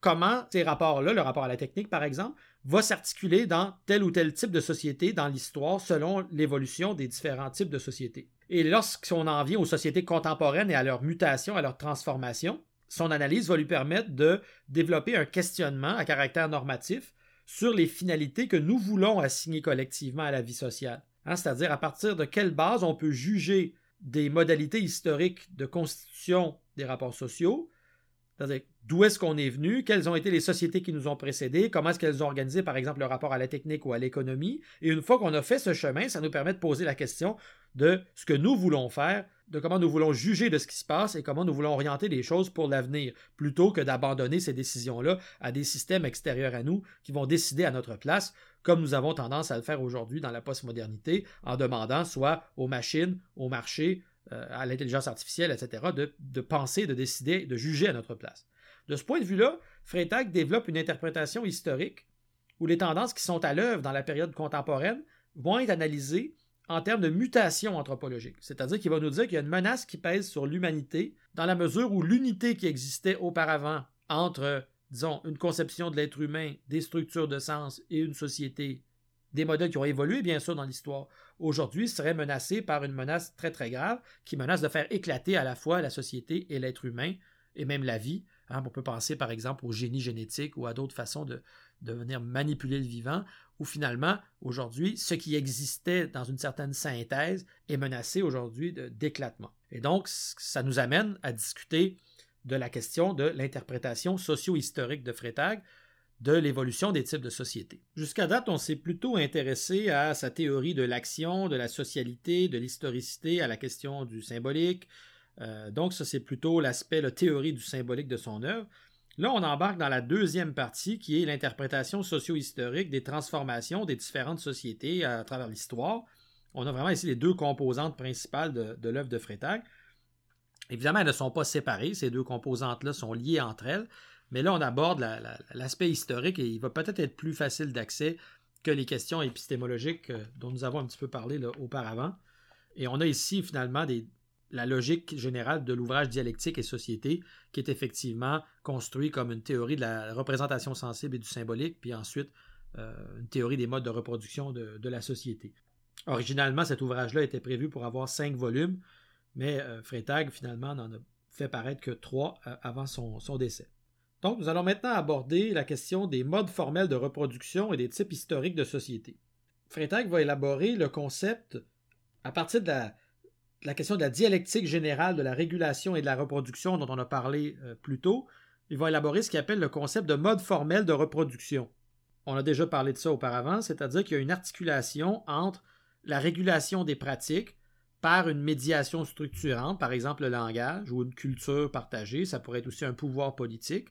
Speaker 1: comment ces rapports-là, le rapport à la technique par exemple, va s'articuler dans tel ou tel type de société dans l'histoire selon l'évolution des différents types de sociétés. Et lorsqu'on en vient aux sociétés contemporaines et à leur mutation, à leur transformation, son analyse va lui permettre de développer un questionnement à caractère normatif sur les finalités que nous voulons assigner collectivement à la vie sociale. Hein, c'est-à-dire à partir de quelle base on peut juger des modalités historiques de constitution des rapports sociaux, c'est-à-dire d'où est-ce qu'on est venu, quelles ont été les sociétés qui nous ont précédés, comment est-ce qu'elles ont organisé par exemple le rapport à la technique ou à l'économie. Et une fois qu'on a fait ce chemin, ça nous permet de poser la question de ce que nous voulons faire, de comment nous voulons juger de ce qui se passe et comment nous voulons orienter les choses pour l'avenir, plutôt que d'abandonner ces décisions-là à des systèmes extérieurs à nous qui vont décider à notre place, comme nous avons tendance à le faire aujourd'hui dans la postmodernité, en demandant soit aux machines, au marché, euh, à l'intelligence artificielle, et cetera, de, de penser, de décider, de juger à notre place. De ce point de vue-là, Freytag développe une interprétation historique où les tendances qui sont à l'œuvre dans la période contemporaine vont être analysées en termes de mutation anthropologique. C'est-à-dire qu'il va nous dire qu'il y a une menace qui pèse sur l'humanité dans la mesure où l'unité qui existait auparavant entre, disons, une conception de l'être humain, des structures de sens et une société, des modèles qui ont évolué bien sûr dans l'histoire, aujourd'hui serait menacée par une menace très très grave qui menace de faire éclater à la fois la société et l'être humain et même la vie. Hein, on peut penser par exemple au génie génétique ou à d'autres façons de, de venir manipuler le vivant, où finalement, aujourd'hui, ce qui existait dans une certaine synthèse est menacé aujourd'hui de, d'éclatement. Et donc, ça nous amène à discuter de la question de l'interprétation socio-historique de Freytag de l'évolution des types de sociétés. Jusqu'à date, on s'est plutôt intéressé à sa théorie de l'action, de la socialité, de l'historicité, à la question du symbolique. Euh, donc, ça, c'est plutôt l'aspect, la théorie du symbolique de son œuvre. Là, on embarque dans la deuxième partie qui est l'interprétation socio-historique des transformations des différentes sociétés à travers l'histoire. On a vraiment ici les deux composantes principales de, de l'œuvre de Freytag. Évidemment, elles ne sont pas séparées, ces deux composantes-là sont liées entre elles, mais là, on aborde la, la, l'aspect historique et il va peut-être être plus facile d'accès que les questions épistémologiques dont nous avons un petit peu parlé là, auparavant. Et on a ici finalement des la logique générale de l'ouvrage Dialectique et Société, qui est effectivement construit comme une théorie de la représentation sensible et du symbolique, puis ensuite euh, une théorie des modes de reproduction de, de la société. Originalement, cet ouvrage-là était prévu pour avoir cinq volumes, mais euh, Freytag, finalement, n'en a fait paraître que trois euh, avant son, son décès. Donc, nous allons maintenant aborder la question des modes formels de reproduction et des types historiques de société. Freytag va élaborer le concept à partir de la la question de la dialectique générale de la régulation et de la reproduction dont on a parlé euh, plus tôt. Il va élaborer ce qu'il appelle le concept de mode formel de reproduction. On a déjà parlé de ça auparavant, c'est-à-dire qu'il y a une articulation entre la régulation des pratiques par une médiation structurante, par exemple le langage ou une culture partagée, ça pourrait être aussi un pouvoir politique,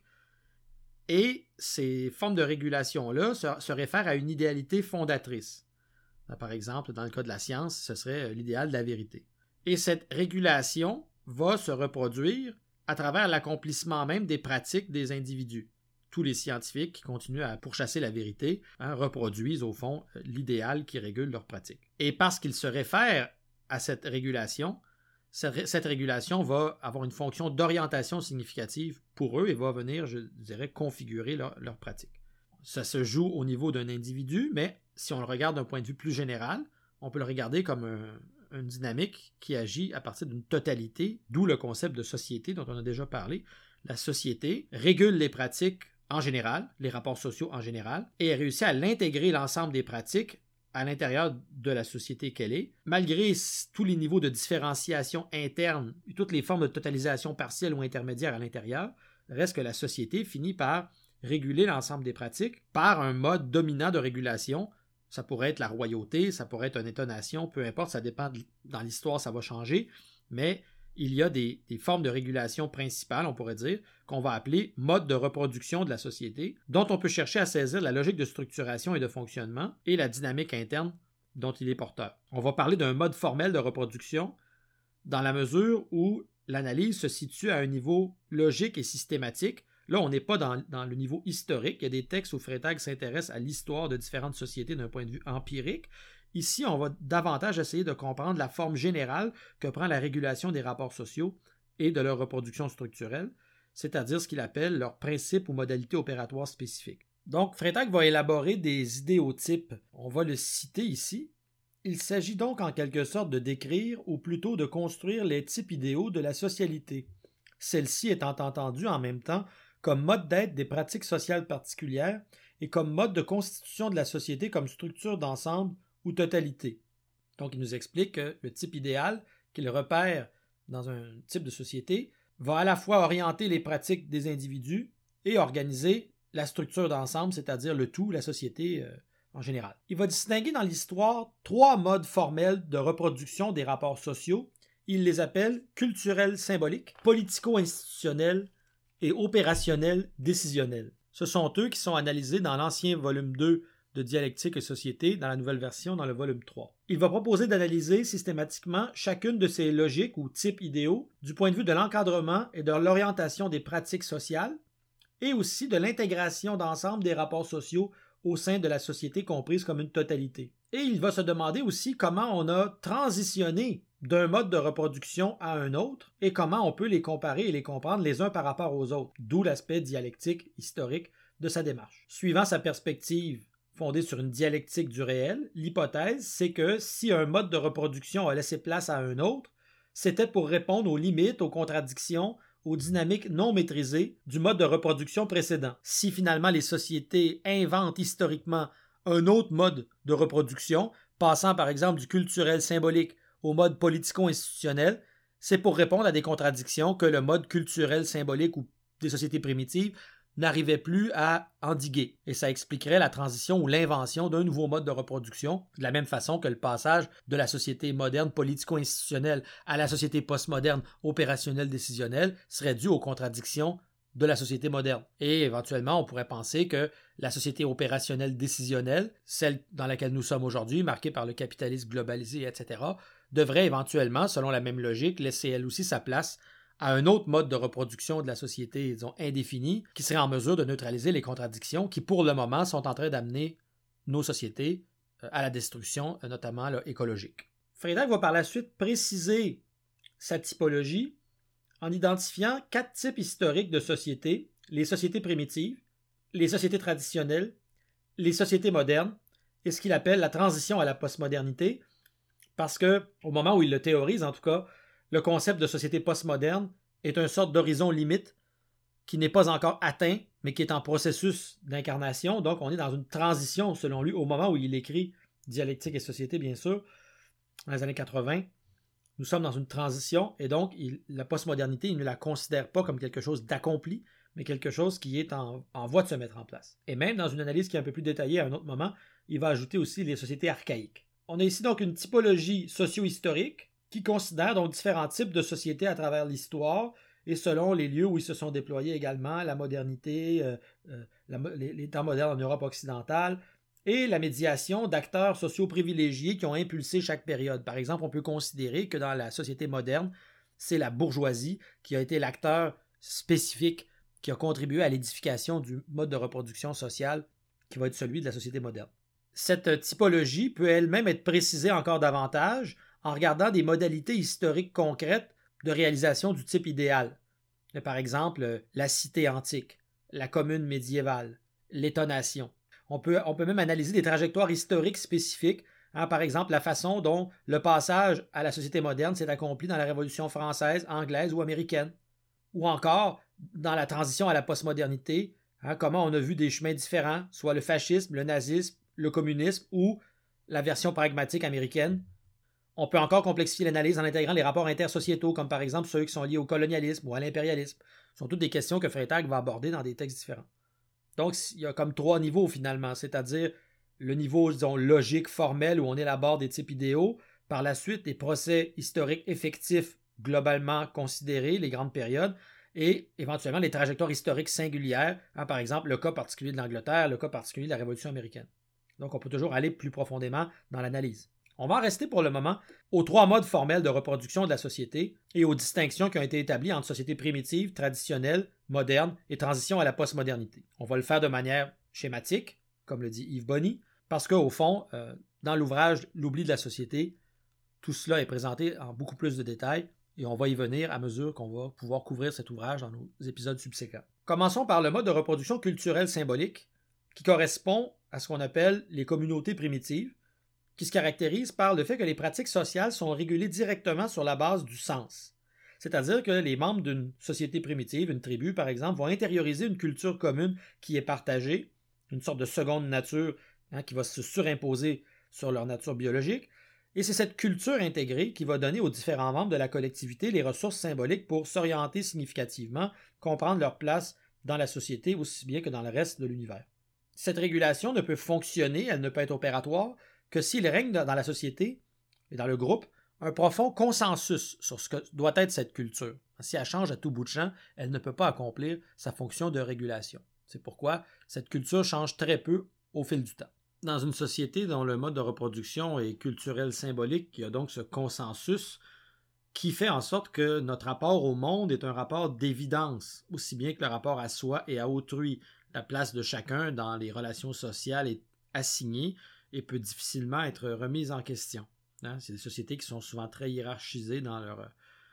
Speaker 1: et ces formes de régulation-là se, se réfèrent à une idéalité fondatrice. Par exemple, dans le cas de la science, ce serait l'idéal de la vérité. Et cette régulation va se reproduire à travers l'accomplissement même des pratiques des individus. Tous les scientifiques qui continuent à pourchasser la vérité hein, reproduisent au fond l'idéal qui régule leurs pratiques. Et parce qu'ils se réfèrent à cette régulation, cette régulation va avoir une fonction d'orientation significative pour eux et va venir, je dirais, configurer leurs leur pratiques. Ça se joue au niveau d'un individu, mais si on le regarde d'un point de vue plus général, on peut le regarder comme un une dynamique qui agit à partir d'une totalité, d'où le concept de société dont on a déjà parlé. La société régule les pratiques en général, les rapports sociaux en général, et elle réussit à l'intégrer l'ensemble des pratiques à l'intérieur de la société qu'elle est, malgré tous les niveaux de différenciation interne, toutes les formes de totalisation partielle ou intermédiaire à l'intérieur, reste que la société finit par réguler l'ensemble des pratiques par un mode dominant de régulation. Ça pourrait être la royauté, ça pourrait être un État-nation, peu importe, ça dépend, de, dans l'histoire, ça va changer, mais il y a des, des formes de régulation principales, on pourrait dire, qu'on va appeler mode de reproduction de la société, dont on peut chercher à saisir la logique de structuration et de fonctionnement et la dynamique interne dont il est porteur. On va parler d'un mode formel de reproduction dans la mesure où l'analyse se situe à un niveau logique et systématique. Là, on n'est pas dans, dans le niveau historique. Il y a des textes où Freytag s'intéresse à l'histoire de différentes sociétés d'un point de vue empirique. Ici, on va davantage essayer de comprendre la forme générale que prend la régulation des rapports sociaux et de leur reproduction structurelle. c'est-à-dire ce qu'il appelle leurs principes ou modalités opératoires spécifiques. Donc, Freytag va élaborer des idéotypes. On va le citer ici. Il s'agit donc en quelque sorte de décrire, ou plutôt de construire les types idéaux de la socialité, celle-ci étant entendue en même temps comme mode d'être des pratiques sociales particulières et comme mode de constitution de la société comme structure d'ensemble ou totalité. Donc, il nous explique que le type idéal qu'il repère dans un type de société va à la fois orienter les pratiques des individus et organiser la structure d'ensemble, c'est-à-dire le tout, la société euh, en général. Il va distinguer dans l'histoire trois modes formels de reproduction des rapports sociaux. Il les appelle culturels symboliques, politico-institutionnels et opérationnels décisionnels. Ce sont eux qui sont analysés dans l'ancien volume deux de Dialectique et Société, dans la nouvelle version, dans le volume trois. Il va proposer d'analyser systématiquement chacune de ces logiques ou types idéaux du point de vue de l'encadrement et de l'orientation des pratiques sociales et aussi de l'intégration d'ensemble des rapports sociaux au sein de la société comprise comme une totalité. Et il va se demander aussi comment on a transitionné d'un mode de reproduction à un autre et comment on peut les comparer et les comprendre les uns par rapport aux autres, d'où l'aspect dialectique, historique de sa démarche. Suivant sa perspective fondée sur une dialectique du réel, l'hypothèse, c'est que si un mode de reproduction a laissé place à un autre, c'était pour répondre aux limites, aux contradictions, aux dynamiques non maîtrisées du mode de reproduction précédent. Si finalement les sociétés inventent historiquement un autre mode de reproduction, passant par exemple du culturel symbolique au mode politico-institutionnel, c'est pour répondre à des contradictions que le mode culturel symbolique ou des sociétés primitives n'arrivait plus à endiguer. Et ça expliquerait la transition ou l'invention d'un nouveau mode de reproduction, de la même façon que le passage de la société moderne politico-institutionnelle à la société postmoderne opérationnelle décisionnelle serait dû aux contradictions de la société moderne. Et éventuellement, on pourrait penser que la société opérationnelle décisionnelle, celle dans laquelle nous sommes aujourd'hui, marquée par le capitalisme globalisé, et cetera, devrait éventuellement, selon la même logique, laisser elle aussi sa place à un autre mode de reproduction de la société, disons, indéfinie, qui serait en mesure de neutraliser les contradictions qui, pour le moment, sont en train d'amener nos sociétés à la destruction, notamment là, écologique. Freytag va par la suite préciser sa typologie en identifiant quatre types historiques de sociétés, les sociétés primitives, les sociétés traditionnelles, les sociétés modernes et ce qu'il appelle la transition à la postmodernité, parce que, au moment où il le théorise, en tout cas, le concept de société postmoderne est une sorte d'horizon limite qui n'est pas encore atteint, mais qui est en processus d'incarnation. Donc, on est dans une transition, selon lui, au moment où il écrit Dialectique et Société, bien sûr, dans les années quatre-vingts. Nous sommes dans une transition, et donc, il, la postmodernité, il ne la considère pas comme quelque chose d'accompli, mais quelque chose qui est en, en voie de se mettre en place. Et même dans une analyse qui est un peu plus détaillée à un autre moment, il va ajouter aussi les sociétés archaïques. On a ici donc une typologie socio-historique qui considère donc différents types de sociétés à travers l'histoire et selon les lieux où ils se sont déployés également, la modernité, euh, euh, la, les, les temps modernes en Europe occidentale et la médiation d'acteurs sociaux privilégiés qui ont impulsé chaque période. Par exemple, on peut considérer que dans la société moderne, c'est la bourgeoisie qui a été l'acteur spécifique qui a contribué à l'édification du mode de reproduction sociale qui va être celui de la société moderne. Cette typologie peut elle-même être précisée encore davantage en regardant des modalités historiques concrètes de réalisation du type idéal. Par exemple, la cité antique, la commune médiévale, l'État-nation. On peut, on peut même analyser des trajectoires historiques spécifiques, hein, par exemple la façon dont le passage à la société moderne s'est accompli dans la Révolution française, anglaise ou américaine. Ou encore, dans la transition à la postmodernité, hein, comment on a vu des chemins différents, soit le fascisme, le nazisme, le communisme ou la version pragmatique américaine. On peut encore complexifier l'analyse en intégrant les rapports intersociétaux, comme par exemple ceux qui sont liés au colonialisme ou à l'impérialisme. Ce sont toutes des questions que Freytag va aborder dans des textes différents. Donc, il y a comme trois niveaux finalement, c'est-à-dire le niveau, disons, logique, formel, où on élabore des types idéaux. Par la suite, des procès historiques effectifs globalement considérés, les grandes périodes, et éventuellement les trajectoires historiques singulières, hein, par exemple le cas particulier de l'Angleterre, le cas particulier de la Révolution américaine. Donc, on peut toujours aller plus profondément dans l'analyse. On va en rester pour le moment aux trois modes formels de reproduction de la société et aux distinctions qui ont été établies entre société primitive, traditionnelle, moderne et transition à la postmodernité. On va le faire de manière schématique, comme le dit Yves Bonny, parce qu'au fond, euh, dans l'ouvrage « L'oubli de la société », tout cela est présenté en beaucoup plus de détails Et on va y venir à mesure qu'on va pouvoir couvrir cet ouvrage dans nos épisodes subséquents. Commençons par le mode de reproduction culturelle symbolique, qui correspond à ce qu'on appelle les communautés primitives, qui se caractérisent par le fait que les pratiques sociales sont régulées directement sur la base du sens. C'est-à-dire que les membres d'une société primitive, une tribu par exemple, vont intérioriser une culture commune qui est partagée, une sorte de seconde nature hein, qui va se surimposer sur leur nature biologique, et c'est cette culture intégrée qui va donner aux différents membres de la collectivité les ressources symboliques pour s'orienter significativement, comprendre leur place dans la société aussi bien que dans le reste de l'univers. Cette régulation ne peut fonctionner, elle ne peut être opératoire, que s'il règne dans la société et dans le groupe un profond consensus sur ce que doit être cette culture. Si elle change à tout bout de champ, elle ne peut pas accomplir sa fonction de régulation. C'est pourquoi cette culture change très peu au fil du temps. Dans une société dont le mode de reproduction est culturel symbolique, il y a donc ce consensus qui fait en sorte que notre rapport au monde est un rapport d'évidence, aussi bien que le rapport à soi et à autrui. La place de chacun dans les relations sociales est assignée et peut difficilement être remise en question. Hein? C'est des sociétés qui sont souvent très hiérarchisées dans leur...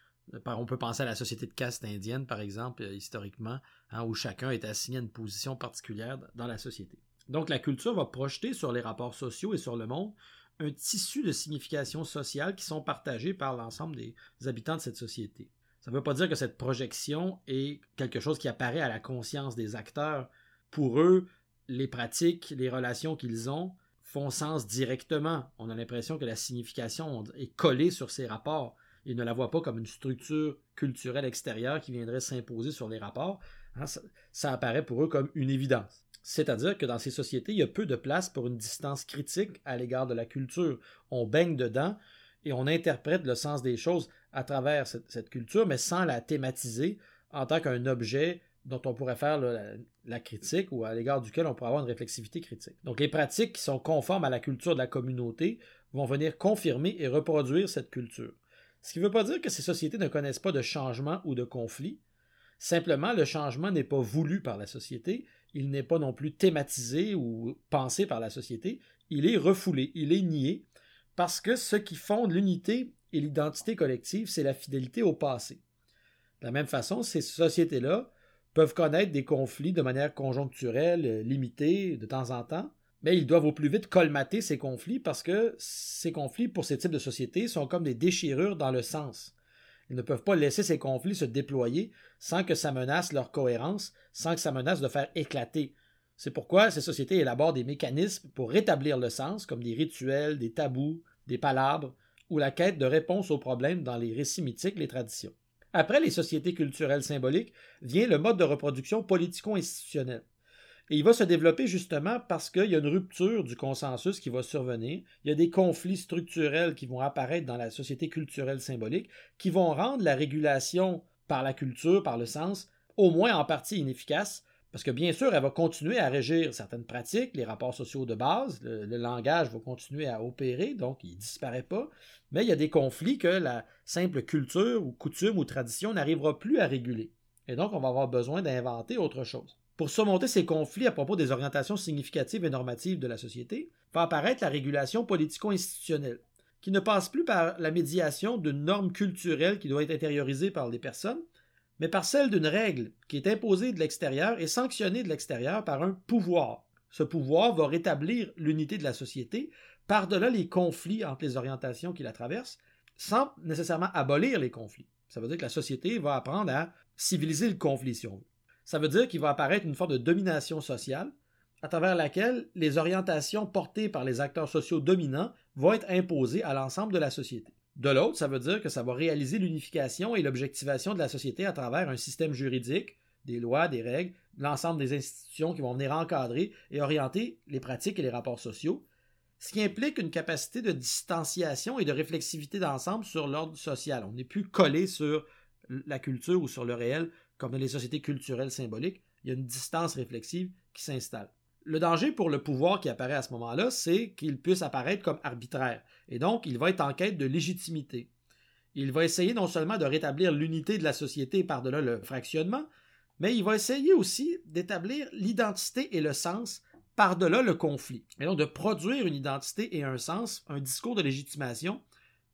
Speaker 1: On peut penser à la société de caste indienne, par exemple, historiquement, hein, où chacun est assigné à une position particulière dans la société. Donc la culture va projeter sur les rapports sociaux et sur le monde un tissu de significations sociales qui sont partagées par l'ensemble des habitants de cette société. Ça ne veut pas dire que cette projection est quelque chose qui apparaît à la conscience des acteurs. Pour eux, les pratiques, les relations qu'ils ont font sens directement. On a l'impression que la signification est collée sur ces rapports. Ils ne la voient pas comme une structure culturelle extérieure qui viendrait s'imposer sur les rapports. Hein, ça, ça apparaît pour eux comme une évidence. C'est-à-dire que dans ces sociétés, il y a peu de place pour une distance critique à l'égard de la culture. On baigne dedans et on interprète le sens des choses à travers cette, cette culture, mais sans la thématiser en tant qu'un objet dont on pourrait faire là, la, la critique ou à l'égard duquel on pourrait avoir une réflexivité critique. Donc les pratiques qui sont conformes à la culture de la communauté vont venir confirmer et reproduire cette culture. Ce qui ne veut pas dire que ces sociétés ne connaissent pas de changement ou de conflit. Simplement, le changement n'est pas voulu par la société, il n'est pas non plus thématisé ou pensé par la société, il est refoulé, il est nié, parce que ce qui fonde l'unité et l'identité collective, c'est la fidélité au passé. De la même façon, ces sociétés-là peuvent connaître des conflits de manière conjoncturelle, limitée, de temps en temps, mais ils doivent au plus vite colmater ces conflits parce que ces conflits, pour ces types de sociétés, sont comme des déchirures dans le sens. Ils ne peuvent pas laisser ces conflits se déployer sans que ça menace leur cohérence, sans que ça menace de faire éclater. C'est pourquoi ces sociétés élaborent des mécanismes pour rétablir le sens, comme des rituels, des tabous, des palabres, ou la quête de réponses aux problèmes dans les récits mythiques, les traditions. Après les sociétés culturelles symboliques, vient le mode de reproduction politico-institutionnel. Et il va se développer justement parce qu'il y a une rupture du consensus qui va survenir, il y a des conflits structurels qui vont apparaître dans la société culturelle symbolique, qui vont rendre la régulation par la culture, par le sens, au moins en partie inefficace, parce que bien sûr, elle va continuer à régir certaines pratiques, les rapports sociaux de base, le, le langage va continuer à opérer, donc il ne disparaît pas, mais il y a des conflits que la simple culture ou coutume ou tradition n'arrivera plus à réguler. Et donc, on va avoir besoin d'inventer autre chose. Pour surmonter ces conflits à propos des orientations significatives et normatives de la société, va apparaître la régulation politico-institutionnelle, qui ne passe plus par la médiation d'une norme culturelle qui doit être intériorisée par les personnes, mais par celle d'une règle qui est imposée de l'extérieur et sanctionnée de l'extérieur par un pouvoir. Ce pouvoir va rétablir l'unité de la société par-delà les conflits entre les orientations qui la traversent, sans nécessairement abolir les conflits. Ça veut dire que la société va apprendre à civiliser le conflit, si on veut. Ça veut dire qu'il va apparaître une forme de domination sociale à travers laquelle les orientations portées par les acteurs sociaux dominants vont être imposées à l'ensemble de la société. De l'autre, ça veut dire que ça va réaliser l'unification et l'objectivation de la société à travers un système juridique, des lois, des règles, l'ensemble des institutions qui vont venir encadrer et orienter les pratiques et les rapports sociaux, ce qui implique une capacité de distanciation et de réflexivité d'ensemble sur l'ordre social. On n'est plus collé sur la culture ou sur le réel comme dans les sociétés culturelles symboliques. Il y a une distance réflexive qui s'installe. Le danger pour le pouvoir qui apparaît à ce moment-là, c'est qu'il puisse apparaître comme arbitraire. Et donc, il va être en quête de légitimité. Il va essayer non seulement de rétablir l'unité de la société par-delà le fractionnement, mais il va essayer aussi d'établir l'identité et le sens par-delà le conflit. Et donc, de produire une identité et un sens, un discours de légitimation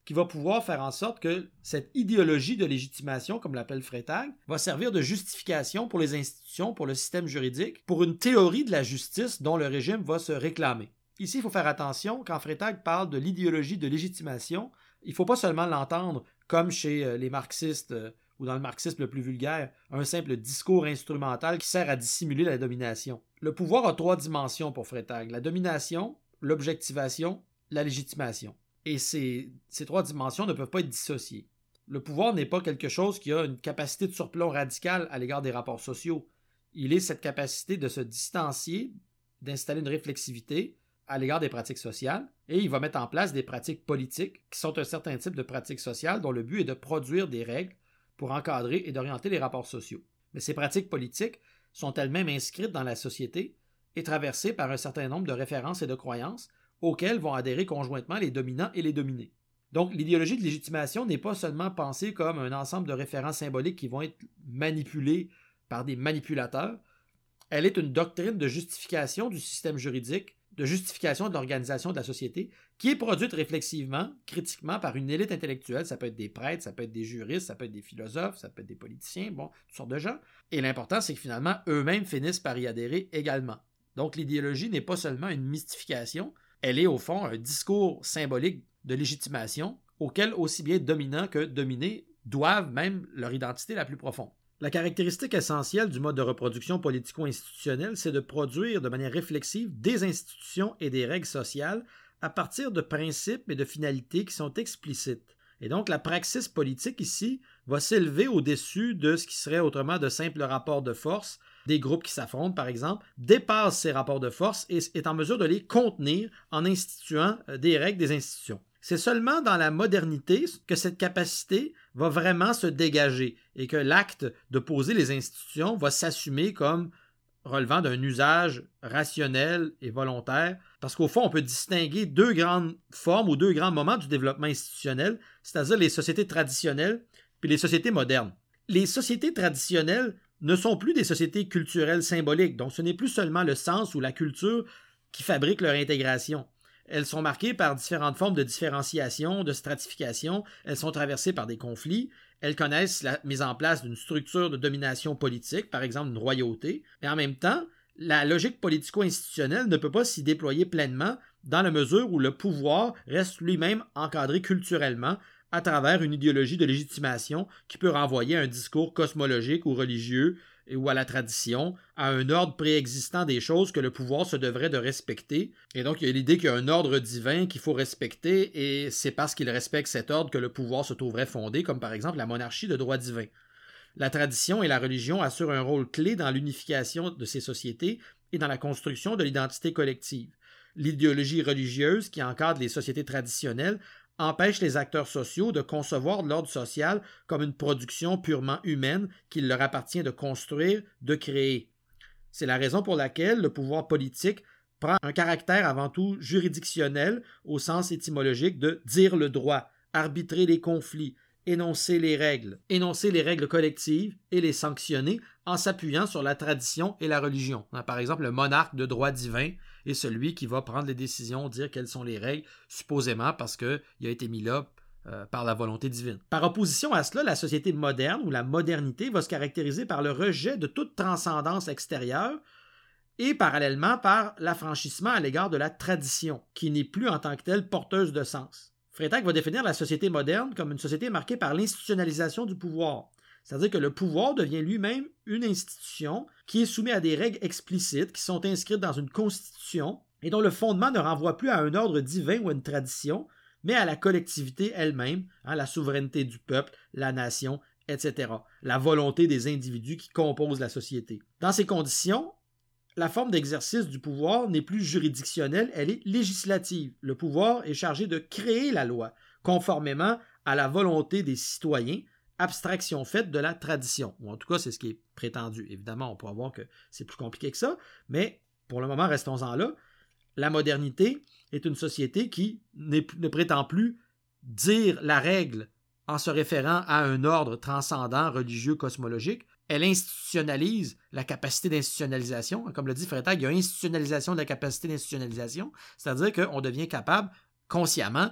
Speaker 1: qui va pouvoir faire en sorte que cette idéologie de légitimation, comme l'appelle Freytag, va servir de justification pour les institutions, pour le système juridique, pour une théorie de la justice dont le régime va se réclamer. Ici, il faut faire attention, quand Freytag parle de l'idéologie de légitimation, il ne faut pas seulement l'entendre comme chez les marxistes ou dans le marxisme le plus vulgaire, un simple discours instrumental qui sert à dissimuler la domination. Le pouvoir a trois dimensions pour Freytag: la domination, l'objectivation, la légitimation. Et ces, ces trois dimensions ne peuvent pas être dissociées. Le pouvoir n'est pas quelque chose qui a une capacité de surplomb radicale à l'égard des rapports sociaux. Il est cette capacité de se distancier, d'installer une réflexivité à l'égard des pratiques sociales, et il va mettre en place des pratiques politiques qui sont un certain type de pratiques sociales dont le but est de produire des règles pour encadrer et d'orienter les rapports sociaux. Mais ces pratiques politiques sont elles-mêmes inscrites dans la société et traversées par un certain nombre de références et de croyances auxquels vont adhérer conjointement les dominants et les dominés. Donc, l'idéologie de légitimation n'est pas seulement pensée comme un ensemble de références symboliques qui vont être manipulées par des manipulateurs. Elle est une doctrine de justification du système juridique, de justification de l'organisation de la société, qui est produite réflexivement, critiquement par une élite intellectuelle. Ça peut être des prêtres, ça peut être des juristes, ça peut être des philosophes, ça peut être des politiciens, bon, toutes sortes de gens. Et l'important, c'est que finalement, eux-mêmes finissent par y adhérer également. Donc, l'idéologie n'est pas seulement une mystification, elle est au fond un discours symbolique de légitimation auquel aussi bien dominants que dominés doivent même leur identité la plus profonde. La caractéristique essentielle du mode de reproduction politico-institutionnel, c'est de produire de manière réflexive des institutions et des règles sociales à partir de principes et de finalités qui sont explicites. Et donc, la praxis politique ici va s'élever au-dessus de ce qui serait autrement de simples rapports de force. Des groupes qui s'affrontent, par exemple, dépassent ces rapports de force et est en mesure de les contenir en instituant des règles des institutions. C'est seulement dans la modernité que cette capacité va vraiment se dégager et que l'acte de poser les institutions va s'assumer comme relevant d'un usage rationnel et volontaire, parce qu'au fond, on peut distinguer deux grandes formes ou deux grands moments du développement institutionnel, c'est-à-dire les sociétés traditionnelles puis les sociétés modernes. Les sociétés traditionnelles ne sont plus des sociétés culturelles symboliques, donc ce n'est plus seulement le sens ou la culture qui fabrique leur intégration. Elles sont marquées par différentes formes de différenciation, de stratification, elles sont traversées par des conflits, elles connaissent la mise en place d'une structure de domination politique, par exemple une royauté, mais en même temps, la logique politico-institutionnelle ne peut pas s'y déployer pleinement dans la mesure où le pouvoir reste lui-même encadré culturellement à travers une idéologie de légitimation qui peut renvoyer à un discours cosmologique ou religieux ou à la tradition, à un ordre préexistant des choses que le pouvoir se devrait de respecter. Et donc, il y a l'idée qu'il y a un ordre divin qu'il faut respecter, et c'est parce qu'il respecte cet ordre que le pouvoir se trouverait fondé, comme par exemple la monarchie de droit divin. La tradition et la religion assurent un rôle clé dans l'unification de ces sociétés et dans la construction de l'identité collective. L'idéologie religieuse qui encadre les sociétés traditionnelles empêche les acteurs sociaux de concevoir l'ordre social comme une production purement humaine qu'il leur appartient de construire, de créer. C'est la raison pour laquelle le pouvoir politique prend un caractère avant tout juridictionnel au sens étymologique de dire le droit, arbitrer les conflits, énoncer les règles, énoncer les règles collectives et les sanctionner en s'appuyant sur la tradition et la religion. Par exemple, le monarque de droit divin est celui qui va prendre les décisions, dire quelles sont les règles, supposément parce qu'il a été mis là euh, par la volonté divine. Par opposition à cela, la société moderne ou la modernité va se caractériser par le rejet de toute transcendance extérieure et parallèlement par l'affranchissement à l'égard de la tradition, qui n'est plus en tant que telle porteuse de sens. Freytag va définir la société moderne comme une société marquée par l'institutionnalisation du pouvoir. C'est-à-dire que le pouvoir devient lui-même une institution qui est soumise à des règles explicites qui sont inscrites dans une constitution et dont le fondement ne renvoie plus à un ordre divin ou à une tradition, mais à la collectivité elle-même, hein, la souveraineté du peuple, la nation, et cetera. La volonté des individus qui composent la société. Dans ces conditions, la forme d'exercice du pouvoir n'est plus juridictionnelle, elle est législative. Le pouvoir est chargé de créer la loi, conformément à la volonté des citoyens, abstraction faite de la tradition. Ou en tout cas, c'est ce qui est prétendu. Évidemment, on pourra voir que c'est plus compliqué que ça, mais pour le moment, restons-en là. La modernité est une société qui ne prétend plus dire la règle en se référant à un ordre transcendant, religieux, cosmologique. Elle institutionnalise la capacité d'institutionnalisation. Comme le dit Freytag, il y a institutionnalisation de la capacité d'institutionnalisation, c'est-à-dire qu'on devient capable, consciemment,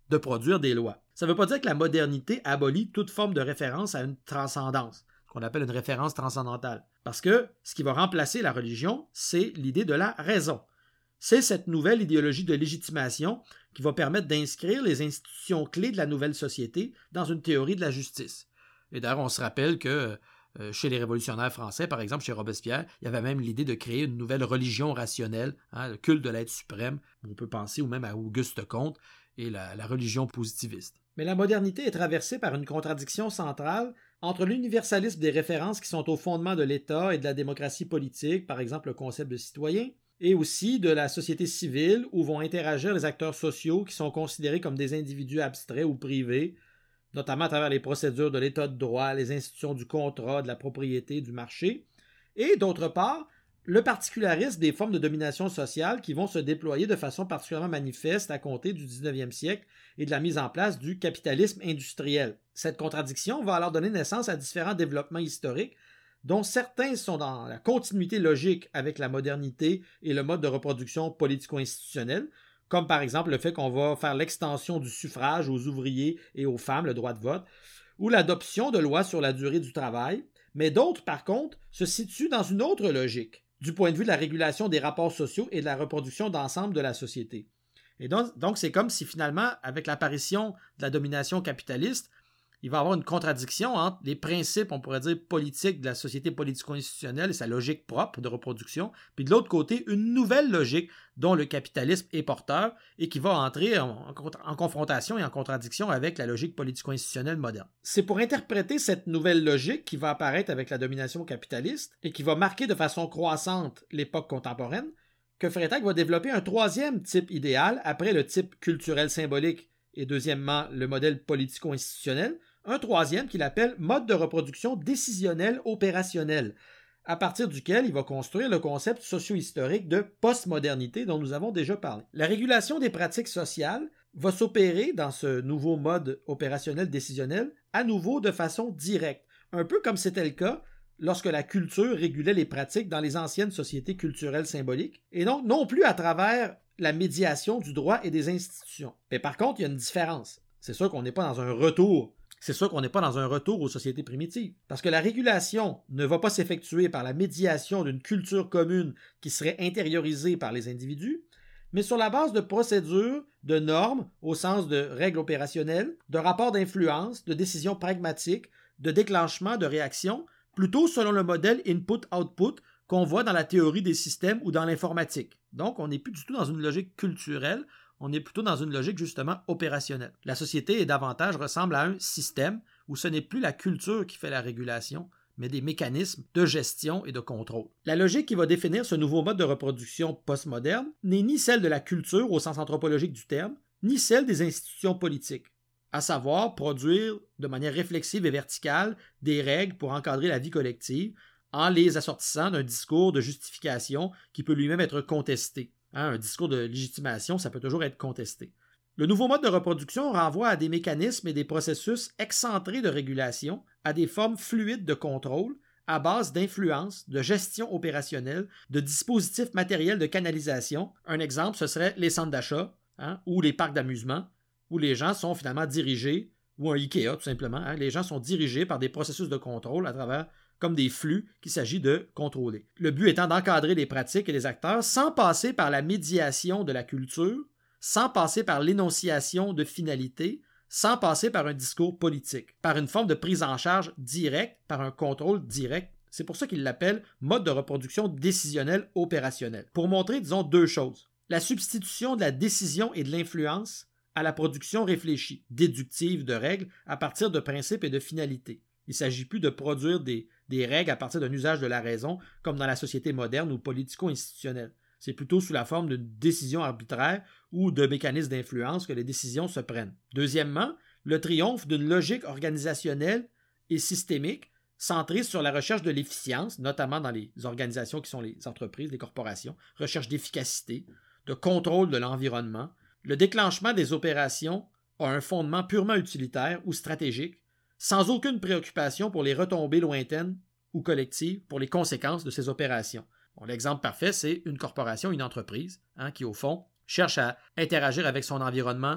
Speaker 1: de produire des lois. Ça ne veut pas dire que la modernité abolit toute forme de référence à une transcendance, ce qu'on appelle une référence transcendantale. Parce que ce qui va remplacer la religion, c'est l'idée de la raison. C'est cette nouvelle idéologie de légitimation qui va permettre d'inscrire les institutions clés de la nouvelle société dans une théorie de la justice. Et d'ailleurs, on se rappelle que euh, chez les révolutionnaires français, par exemple, chez Robespierre, il y avait même l'idée de créer une nouvelle religion rationnelle, hein, le culte de l'être suprême. On peut penser ou même à Auguste Comte et la, la religion positiviste. Mais la modernité est traversée par une contradiction centrale entre l'universalisme des références qui sont au fondement de l'État et de la démocratie politique, par exemple le concept de citoyen, et aussi de la société civile où vont interagir les acteurs sociaux qui sont considérés comme des individus abstraits ou privés, notamment à travers les procédures de l'état de droit, les institutions du contrat, de la propriété, du marché, et d'autre part, le particularisme des formes de domination sociale qui vont se déployer de façon particulièrement manifeste à compter du dix-neuvième siècle et de la mise en place du capitalisme industriel. Cette contradiction va alors donner naissance à différents développements historiques, dont certains sont dans la continuité logique avec la modernité et le mode de reproduction politico-institutionnel, comme par exemple le fait qu'on va faire l'extension du suffrage aux ouvriers et aux femmes, le droit de vote, ou l'adoption de lois sur la durée du travail, mais d'autres, par contre, se situent dans une autre logique, du point de vue de la régulation des rapports sociaux et de la reproduction d'ensemble de la société. Et donc, donc c'est comme si finalement, avec l'apparition de la domination capitaliste, il va y avoir une contradiction entre les principes, on pourrait dire, politiques de la société politico-institutionnelle et sa logique propre de reproduction, puis de l'autre côté, une nouvelle logique dont le capitalisme est porteur et qui va entrer en, en, en confrontation et en contradiction avec la logique politico-institutionnelle moderne. C'est pour interpréter cette nouvelle logique qui va apparaître avec la domination capitaliste et qui va marquer de façon croissante l'époque contemporaine que Freytag va développer un troisième type idéal après le type culturel symbolique et deuxièmement le modèle politico-institutionnel, un troisième qu'il appelle mode de reproduction décisionnel opérationnel, à partir duquel il va construire le concept socio-historique de postmodernité dont nous avons déjà parlé. La régulation des pratiques sociales va s'opérer dans ce nouveau mode opérationnel décisionnel à nouveau de façon directe, un peu comme c'était le cas lorsque la culture régulait les pratiques dans les anciennes sociétés culturelles symboliques, et donc non plus à travers la médiation du droit et des institutions. Mais par contre, il y a une différence. C'est sûr qu'on n'est pas dans un retour C'est sûr qu'on n'est pas dans un retour aux sociétés primitives, parce que la régulation ne va pas s'effectuer par la médiation d'une culture commune qui serait intériorisée par les individus, mais sur la base de procédures, de normes, au sens de règles opérationnelles, de rapports d'influence, de décisions pragmatiques, de déclenchement, de réactions, plutôt selon le modèle input-output qu'on voit dans la théorie des systèmes ou dans l'informatique. Donc, on n'est plus du tout dans une logique culturelle, on est plutôt dans une logique justement opérationnelle. La société, davantage, ressemble à un système où ce n'est plus la culture qui fait la régulation, mais des mécanismes de gestion et de contrôle. La logique qui va définir ce nouveau mode de reproduction postmoderne n'est ni celle de la culture au sens anthropologique du terme, ni celle des institutions politiques, à savoir produire de manière réflexive et verticale des règles pour encadrer la vie collective en les assortissant d'un discours de justification qui peut lui-même être contesté. Hein, un discours de légitimation, ça peut toujours être contesté. Le nouveau mode de reproduction renvoie à des mécanismes et des processus excentrés de régulation, à des formes fluides de contrôle, à base d'influence, de gestion opérationnelle, de dispositifs matériels de canalisation. Un exemple, ce serait les centres d'achat, hein, ou les parcs d'amusement, où les gens sont finalement dirigés, ou un Ikea tout simplement, hein, les gens sont dirigés par des processus de contrôle à travers comme des flux qu'il s'agit de contrôler. Le but étant d'encadrer les pratiques et les acteurs sans passer par la médiation de la culture, sans passer par l'énonciation de finalités, sans passer par un discours politique, par une forme de prise en charge directe, par un contrôle direct. C'est pour ça qu'il l'appelle mode de reproduction décisionnel opérationnel. Pour montrer, disons, deux choses. La substitution de la décision et de l'influence à la production réfléchie, déductive de règles à partir de principes et de finalités. Il ne s'agit plus de produire des, des règles à partir d'un usage de la raison, comme dans la société moderne ou politico-institutionnelle. C'est plutôt sous la forme d'une décision arbitraire ou de mécanismes d'influence que les décisions se prennent. Deuxièmement, le triomphe d'une logique organisationnelle et systémique centrée sur la recherche de l'efficience, notamment dans les organisations qui sont les entreprises, les corporations, recherche d'efficacité, de contrôle de l'environnement. Le déclenchement des opérations a un fondement purement utilitaire ou stratégique, sans aucune préoccupation pour les retombées lointaines ou collectives pour les conséquences de ces opérations. Bon, l'exemple parfait, c'est une corporation, une entreprise, hein, qui, au fond, cherche à interagir avec son environnement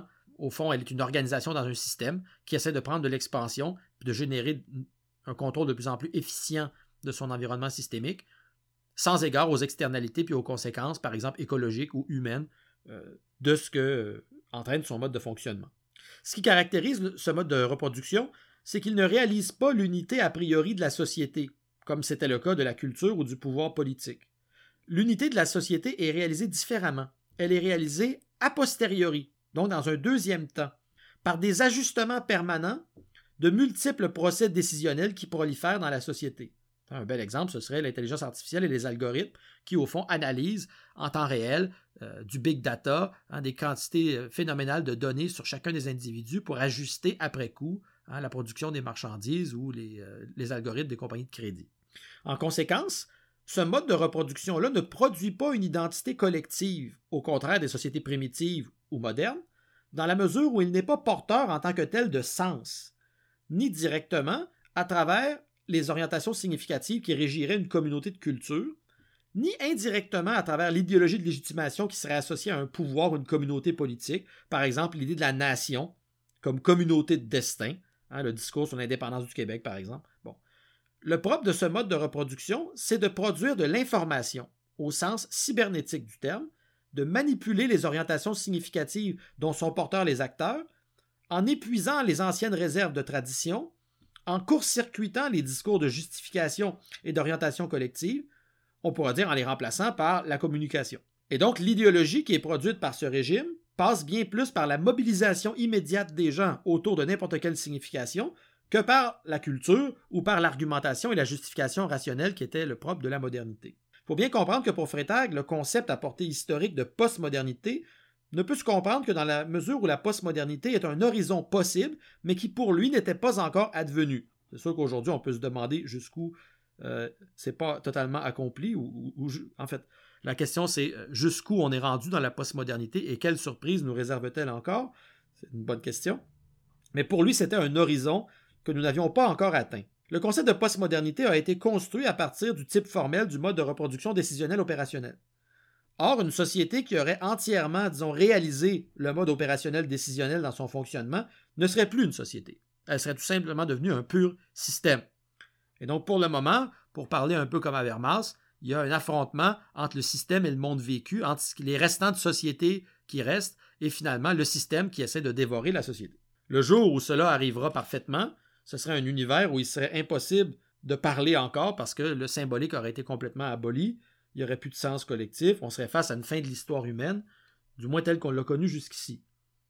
Speaker 1: Au fond, elle est une organisation dans un système qui essaie de prendre de l'expansion et de générer un contrôle de plus en plus efficient de son environnement systémique, sans égard aux externalités puis aux conséquences, par exemple écologiques ou humaines, euh, de ce que euh, entraîne son mode de fonctionnement. Ce qui caractérise ce mode de reproduction, c'est qu'il ne réalise pas l'unité a priori de la société, comme c'était le cas de la culture ou du pouvoir politique. L'unité de la société est réalisée différemment. Elle est réalisée a posteriori, donc dans un deuxième temps, par des ajustements permanents de multiples procès décisionnels qui prolifèrent dans la société. Un bel exemple, ce serait l'intelligence artificielle et les algorithmes qui, au fond, analysent en temps réel euh, du big data, hein, des quantités phénoménales de données sur chacun des individus pour ajuster après coup hein, la production des marchandises ou les, euh, les algorithmes des compagnies de crédit. En conséquence, ce mode de reproduction-là ne produit pas une identité collective, au contraire des sociétés primitives ou modernes, dans la mesure où il n'est pas porteur en tant que tel de sens, ni directement à travers les orientations significatives qui régiraient une communauté de culture, ni indirectement à travers l'idéologie de légitimation qui serait associée à un pouvoir ou une communauté politique, par exemple l'idée de la nation comme communauté de destin, hein, le discours sur l'indépendance du Québec, par exemple. Bon. Le propre de ce mode de reproduction, c'est de produire de l'information, au sens cybernétique du terme, de manipuler les orientations significatives dont sont porteurs les acteurs, en épuisant les anciennes réserves de tradition, en court-circuitant les discours de justification et d'orientation collective, on pourra dire en les remplaçant par la communication. Et donc, l'idéologie qui est produite par ce régime passe bien plus par la mobilisation immédiate des gens autour de n'importe quelle signification que par la culture ou par l'argumentation et la justification rationnelle qui était le propre de la modernité. Il faut bien comprendre que pour Freytag, le concept à portée historique de postmodernité ne peut se comprendre que dans la mesure où la postmodernité est un horizon possible, mais qui pour lui n'était pas encore advenu. C'est sûr qu'aujourd'hui, on peut se demander jusqu'où euh, c'est pas totalement accompli, ou, ou, ou en fait, la question c'est jusqu'où on est rendu dans la postmodernité et quelle surprise nous réserve-t-elle encore? C'est une bonne question. Mais pour lui, c'était un horizon que nous n'avions pas encore atteint. Le concept de postmodernité a été construit à partir du type formel du mode de reproduction décisionnelle opérationnelle. Or, une société qui aurait entièrement, disons, réalisé le mode opérationnel décisionnel dans son fonctionnement ne serait plus une société. Elle serait tout simplement devenue un pur système. Et donc, pour le moment, pour parler un peu comme Habermas, il y a un affrontement entre le système et le monde vécu, entre les restants de société qui restent et finalement le système qui essaie de dévorer la société. Le jour où cela arrivera parfaitement, ce serait un univers où il serait impossible de parler encore parce que le symbolique aurait été complètement aboli. Il n'y aurait plus de sens collectif, on serait face à une fin de l'histoire humaine, du moins telle qu'on l'a connue jusqu'ici.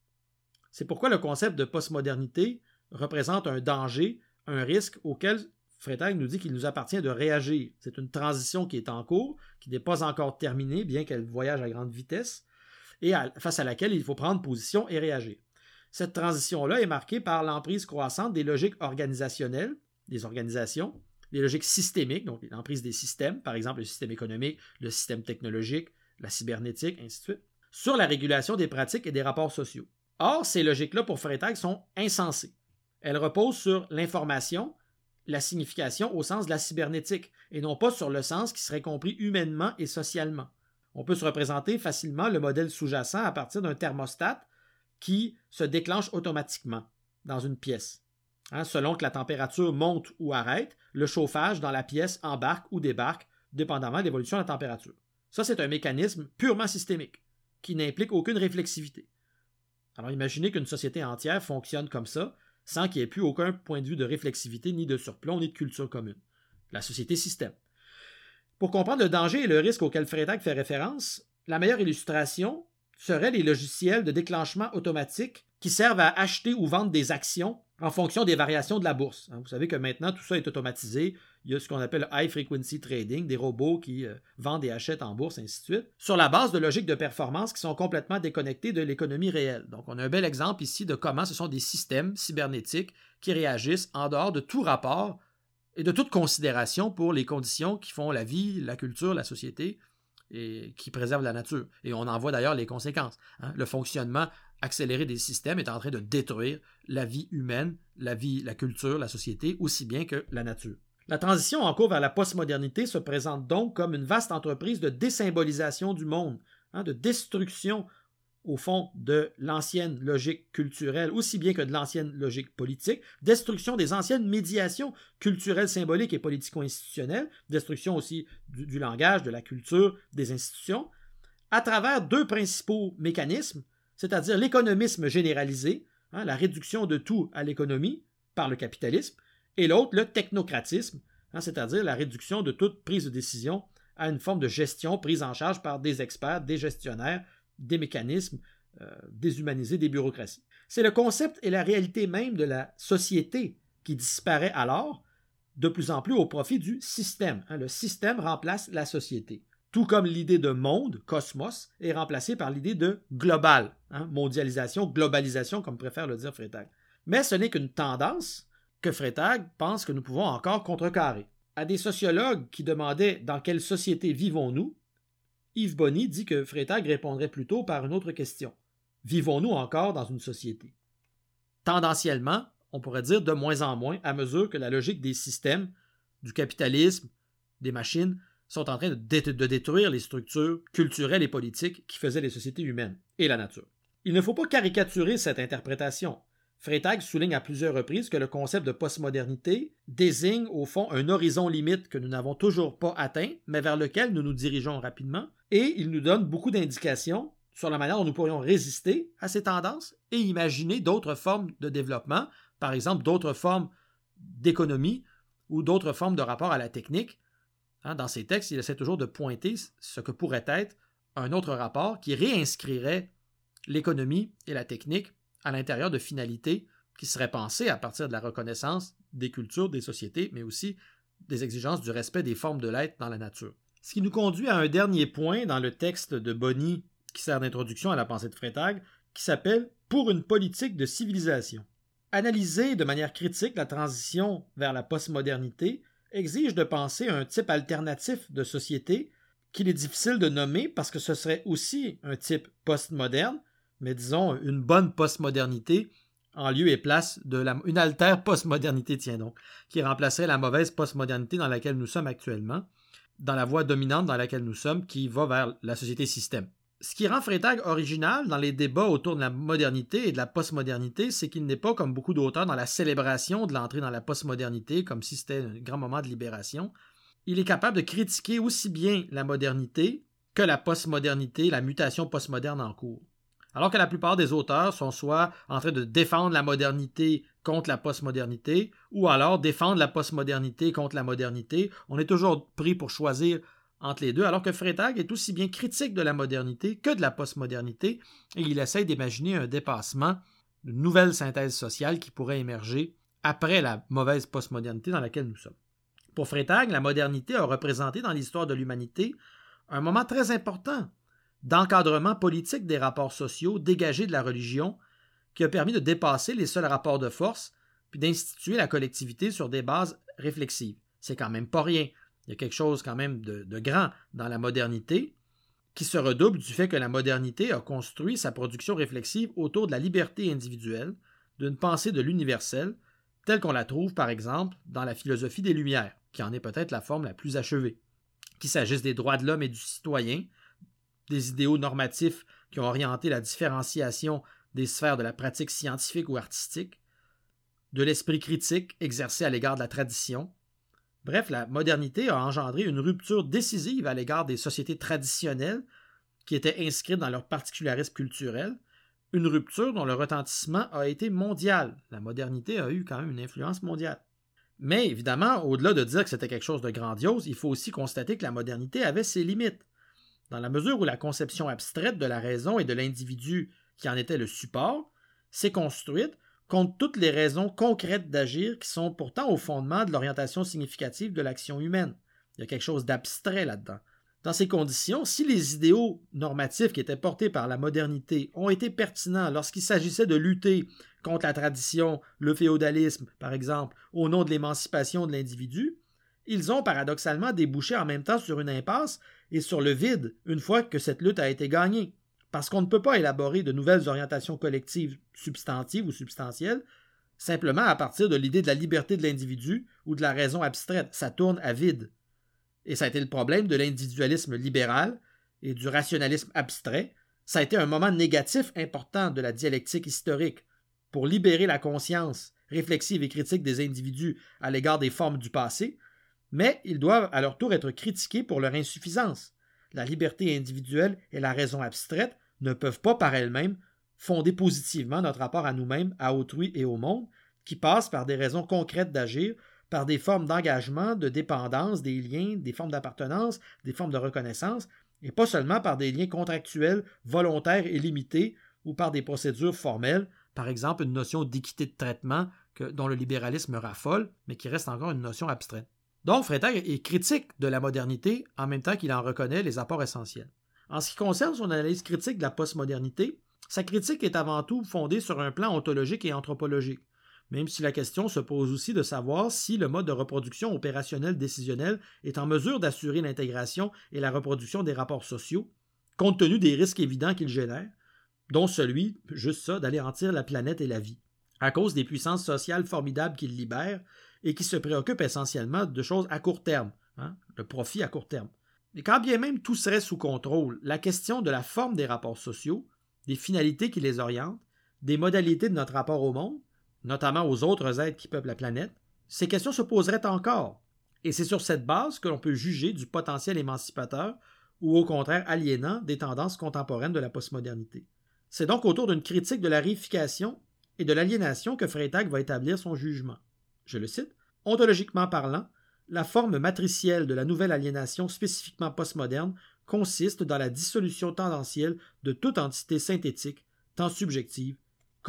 Speaker 1: C'est pourquoi le concept de postmodernité représente un danger, un risque auquel Freytag nous dit qu'il nous appartient de réagir. C'est une transition qui est en cours, qui n'est pas encore terminée, bien qu'elle voyage à grande vitesse, et à, face à laquelle il faut prendre position et réagir. Cette transition-là est marquée par l'emprise croissante des logiques organisationnelles, des organisations, les logiques systémiques, donc l'emprise des systèmes, par exemple le système économique, le système technologique, la cybernétique, ainsi de suite, sur la régulation des pratiques et des rapports sociaux. Or, ces logiques-là, pour Freytag, sont insensées. Elles reposent sur l'information, la signification au sens de la cybernétique, et non pas sur le sens qui serait compris humainement et socialement. On peut se représenter facilement le modèle sous-jacent à partir d'un thermostat qui se déclenche automatiquement dans une pièce. Hein, selon que la température monte ou arrête, le chauffage dans la pièce embarque ou débarque, dépendamment de l'évolution de la température. Ça, c'est un mécanisme purement systémique, qui n'implique aucune réflexivité. Alors imaginez qu'une société entière fonctionne comme ça, sans qu'il n'y ait plus aucun point de vue de réflexivité, ni de surplomb, ni de culture commune. La société système. Pour comprendre le danger et le risque auquel Freytag fait référence, la meilleure illustration seraient les logiciels de déclenchement automatique qui servent à acheter ou vendre des actions en fonction des variations de la bourse. Vous savez que maintenant, tout ça est automatisé. Il y a ce qu'on appelle le high frequency trading, des robots qui euh, vendent et achètent en bourse, ainsi de suite, sur la base de logiques de performance qui sont complètement déconnectées de l'économie réelle. Donc, on a un bel exemple ici de comment ce sont des systèmes cybernétiques qui réagissent en dehors de tout rapport et de toute considération pour les conditions qui font la vie, la culture, la société et qui préservent la nature. Et on en voit d'ailleurs les conséquences. Hein? Le fonctionnement accéléré des systèmes est en train de détruire la vie humaine, la vie, la culture, la société, aussi bien que la nature. La transition en cours vers la postmodernité se présente donc comme une vaste entreprise de désymbolisation du monde, hein, de destruction au fond, de l'ancienne logique culturelle, aussi bien que de l'ancienne logique politique, destruction des anciennes médiations culturelles, symboliques et politico-institutionnelles, destruction aussi du, du langage, de la culture, des institutions, à travers deux principaux mécanismes, c'est-à-dire l'économisme généralisé, hein, la réduction de tout à l'économie par le capitalisme, et l'autre, le technocratisme, hein, c'est-à-dire la réduction de toute prise de décision à une forme de gestion prise en charge par des experts, des gestionnaires, des mécanismes euh, déshumanisés, des bureaucraties. C'est le concept et la réalité même de la société qui disparaît alors de plus en plus au profit du système. Hein, le système remplace la société. Tout comme l'idée de monde, cosmos, est remplacée par l'idée de global, hein, mondialisation, globalisation, comme préfère le dire Freytag. Mais ce n'est qu'une tendance que Freytag pense que nous pouvons encore contrecarrer. À des sociologues qui demandaient dans quelle société vivons-nous, Yves Bonny dit que Freytag répondrait plutôt par une autre question. Vivons-nous encore dans une société? Tendanciellement, on pourrait dire de moins en moins à mesure que la logique des systèmes, du capitalisme, des machines, sont en train de, dé- de détruire les structures culturelles et politiques qui faisaient les sociétés humaines et la nature. Il ne faut pas caricaturer cette interprétation. Freytag souligne à plusieurs reprises que le concept de postmodernité désigne au fond un horizon limite que nous n'avons toujours pas atteint, mais vers lequel nous nous dirigeons rapidement, et il nous donne beaucoup d'indications sur la manière dont nous pourrions résister à ces tendances et imaginer d'autres formes de développement, par exemple d'autres formes d'économie ou d'autres formes de rapport à la technique. Hein, dans ses textes, il essaie toujours de pointer ce que pourrait être un autre rapport qui réinscrirait l'économie et la technique à l'intérieur de finalités qui seraient pensées à partir de la reconnaissance des cultures, des sociétés, mais aussi des exigences du respect des formes de l'être dans la nature. Ce qui nous conduit à un dernier point dans le texte de Bonny qui sert d'introduction à la pensée de Freytag, qui s'appelle « Pour une politique de civilisation ». Analyser de manière critique la transition vers la postmodernité exige de penser un type alternatif de société qu'il est difficile de nommer parce que ce serait aussi un type postmoderne, mais disons une bonne postmodernité en lieu et place de la, une altère postmodernité, tiens donc, qui remplacerait la mauvaise postmodernité dans laquelle nous sommes actuellement, dans la voie dominante dans laquelle nous sommes, qui va vers la société système. Ce qui rend Freytag original dans les débats autour de la modernité et de la postmodernité, c'est qu'il n'est pas, comme beaucoup d'auteurs, dans la célébration de l'entrée dans la postmodernité, comme si c'était un grand moment de libération. Il est capable de critiquer aussi bien la modernité que la postmodernité, la mutation postmoderne en cours. Alors que la plupart des auteurs sont soit en train de défendre la modernité contre la postmodernité, ou alors défendre la postmodernité contre la modernité, on est toujours pris pour choisir entre les deux, alors que Freytag est aussi bien critique de la modernité que de la postmodernité, et il essaie d'imaginer un dépassement, une nouvelle synthèse sociale qui pourrait émerger après la mauvaise postmodernité dans laquelle nous sommes. Pour Freytag, la modernité a représenté dans l'histoire de l'humanité un moment très important d'encadrement politique des rapports sociaux dégagés de la religion qui a permis de dépasser les seuls rapports de force puis d'instituer la collectivité sur des bases réflexives. C'est quand même pas rien. Il y a quelque chose quand même de, de grand dans la modernité qui se redouble du fait que la modernité a construit sa production réflexive autour de la liberté individuelle, d'une pensée de l'universel, telle qu'on la trouve par exemple dans la philosophie des Lumières, qui en est peut-être la forme la plus achevée. Qu'il s'agisse des droits de l'homme et du citoyen, des idéaux normatifs qui ont orienté la différenciation des sphères de la pratique scientifique ou artistique, de l'esprit critique exercé à l'égard de la tradition. Bref, la modernité a engendré une rupture décisive à l'égard des sociétés traditionnelles qui étaient inscrites dans leur particularisme culturel, une rupture dont le retentissement a été mondial. La modernité a eu quand même une influence mondiale. Mais évidemment, au-delà de dire que c'était quelque chose de grandiose, il faut aussi constater que la modernité avait ses limites. Dans la mesure où la conception abstraite de la raison et de l'individu qui en était le support s'est construite contre toutes les raisons concrètes d'agir qui sont pourtant au fondement de l'orientation significative de l'action humaine. Il y a quelque chose d'abstrait là-dedans. Dans ces conditions, si les idéaux normatifs qui étaient portés par la modernité ont été pertinents lorsqu'il s'agissait de lutter contre la tradition, le féodalisme, par exemple, au nom de l'émancipation de l'individu, ils ont paradoxalement débouché en même temps sur une impasse et sur le vide une fois que cette lutte a été gagnée. Parce qu'on ne peut pas élaborer de nouvelles orientations collectives substantives ou substantielles simplement à partir de l'idée de la liberté de l'individu ou de la raison abstraite. Ça tourne à vide. Et ça a été le problème de l'individualisme libéral et du rationalisme abstrait Ça a été un moment négatif important de la dialectique historique pour libérer la conscience réflexive et critique des individus à l'égard des formes du passé, mais ils doivent à leur tour être critiqués pour leur insuffisance. La liberté individuelle et la raison abstraite ne peuvent pas par elles-mêmes fonder positivement notre rapport à nous-mêmes, à autrui et au monde, qui passe par des raisons concrètes d'agir, par des formes d'engagement, de dépendance, des liens, des formes d'appartenance, des formes de reconnaissance, et pas seulement par des liens contractuels, volontaires et limités, ou par des procédures formelles, par exemple une notion d'équité de traitement que, dont le libéralisme raffole, mais qui reste encore une notion abstraite. Donc, Freytag est critique de la modernité en même temps qu'il en reconnaît les apports essentiels. En ce qui concerne son analyse critique de la postmodernité, sa critique est avant tout fondée sur un plan ontologique et anthropologique, même si la question se pose aussi de savoir si le mode de reproduction opérationnel décisionnel est en mesure d'assurer l'intégration et la reproduction des rapports sociaux, compte tenu des risques évidents qu'il génère, dont celui, juste ça, d'anéantir la planète et la vie, à cause des puissances sociales formidables qu'il libère et qui se préoccupent essentiellement de choses à court terme, hein, le profit à court terme. Mais quand bien même tout serait sous contrôle, la question de la forme des rapports sociaux, des finalités qui les orientent, des modalités de notre rapport au monde, notamment aux autres êtres qui peuplent la planète, ces questions se poseraient encore. Et c'est sur cette base que l'on peut juger du potentiel émancipateur ou au contraire aliénant des tendances contemporaines de la postmodernité. C'est donc autour d'une critique de la réification et de l'aliénation que Freytag va établir son jugement. Je le cite, « Ontologiquement parlant, la forme matricielle de la nouvelle aliénation spécifiquement postmoderne consiste dans la dissolution tendancielle de toute entité synthétique, tant subjective qu'objective. »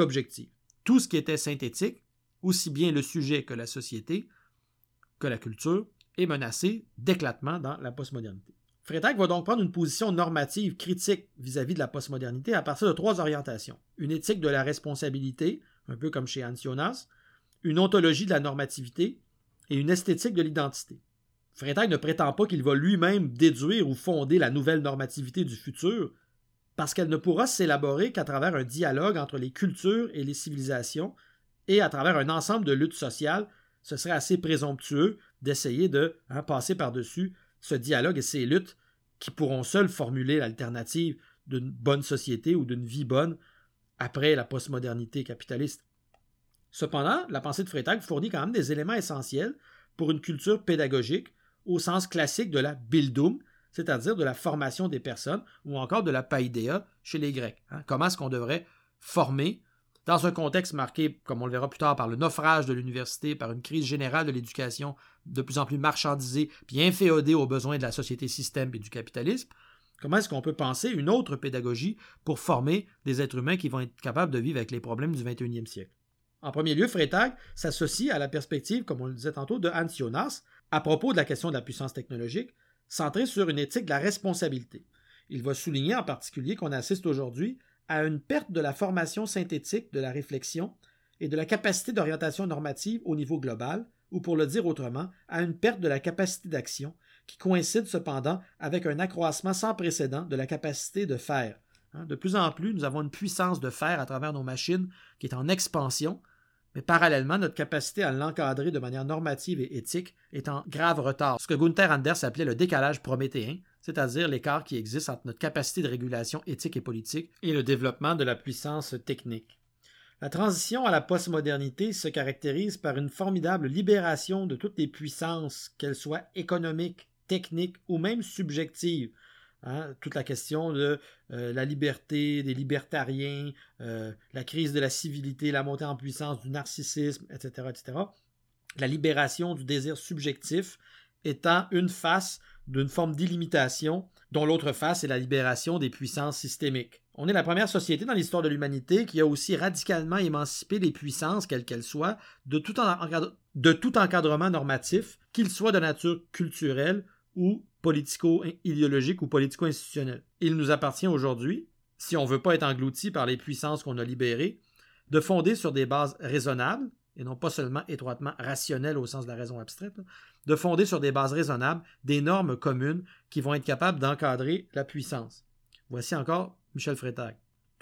Speaker 1: Tout ce qui était synthétique, aussi bien le sujet que la société, que la culture, est menacé d'éclatement dans la postmodernité. Freytag va donc prendre une position normative critique vis-à-vis de la postmodernité à partir de trois orientations. Une éthique de la responsabilité, un peu comme chez Hans Jonas, une ontologie de la normativité et une esthétique de l'identité. Freytag ne prétend pas qu'il va lui-même déduire ou fonder la nouvelle normativité du futur, parce qu'elle ne pourra s'élaborer qu'à travers un dialogue entre les cultures et les civilisations et à travers un ensemble de luttes sociales. Ce serait assez présomptueux d'essayer de hein, passer par-dessus ce dialogue et ces luttes qui pourront seules formuler l'alternative d'une bonne société ou d'une vie bonne après la postmodernité capitaliste. Cependant, la pensée de Freytag fournit quand même des éléments essentiels pour une culture pédagogique au sens classique de la Bildung, c'est-à-dire de la formation des personnes, ou encore de la paideia chez les Grecs. Hein? Comment est-ce qu'on devrait former, dans un contexte marqué, comme on le verra plus tard, par le naufrage de l'université, par une crise générale de l'éducation de plus en plus marchandisée, puis inféodée aux besoins de la société-système et du capitalisme, comment est-ce qu'on peut penser une autre pédagogie pour former des êtres humains qui vont être capables de vivre avec les problèmes du vingt et unième siècle? En premier lieu, Freytag s'associe à la perspective, comme on le disait tantôt, de Hans Jonas à propos de la question de la puissance technologique, centrée sur une éthique de la responsabilité. Il va souligner en particulier qu'on assiste aujourd'hui à une perte de la formation synthétique de la réflexion et de la capacité d'orientation normative au niveau global, ou pour le dire autrement, à une perte de la capacité d'action, qui coïncide cependant avec un accroissement sans précédent de la capacité de faire. De plus en plus, nous avons une puissance de faire à travers nos machines qui est en expansion, mais parallèlement, notre capacité à l'encadrer de manière normative et éthique est en grave retard. Ce que Gunther Anders appelait le décalage prométhéen, c'est-à-dire l'écart qui existe entre notre capacité de régulation éthique et politique et le développement de la puissance technique. La transition à la postmodernité se caractérise par une formidable libération de toutes les puissances, qu'elles soient économiques, techniques ou même subjectives. Hein, toute la question de euh, la liberté, des libertariens, euh, la crise de la civilité, la montée en puissance du narcissisme, et cetera, et cetera. La libération du désir subjectif étant une face d'une forme d'illimitation, dont l'autre face est la libération des puissances systémiques. On est la première société dans l'histoire de l'humanité qui a aussi radicalement émancipé les puissances, quelles qu'elles soient, de tout, encadre- de tout encadrement normatif, qu'il soit de nature culturelle ou politico-idéologique ou politico-institutionnel. Il nous appartient aujourd'hui, si on ne veut pas être englouti par les puissances qu'on a libérées, de fonder sur des bases raisonnables, et non pas seulement étroitement rationnelles au sens de la raison abstraite, de fonder sur des bases raisonnables des normes communes qui vont être capables d'encadrer la puissance. Voici encore Michel Freytag.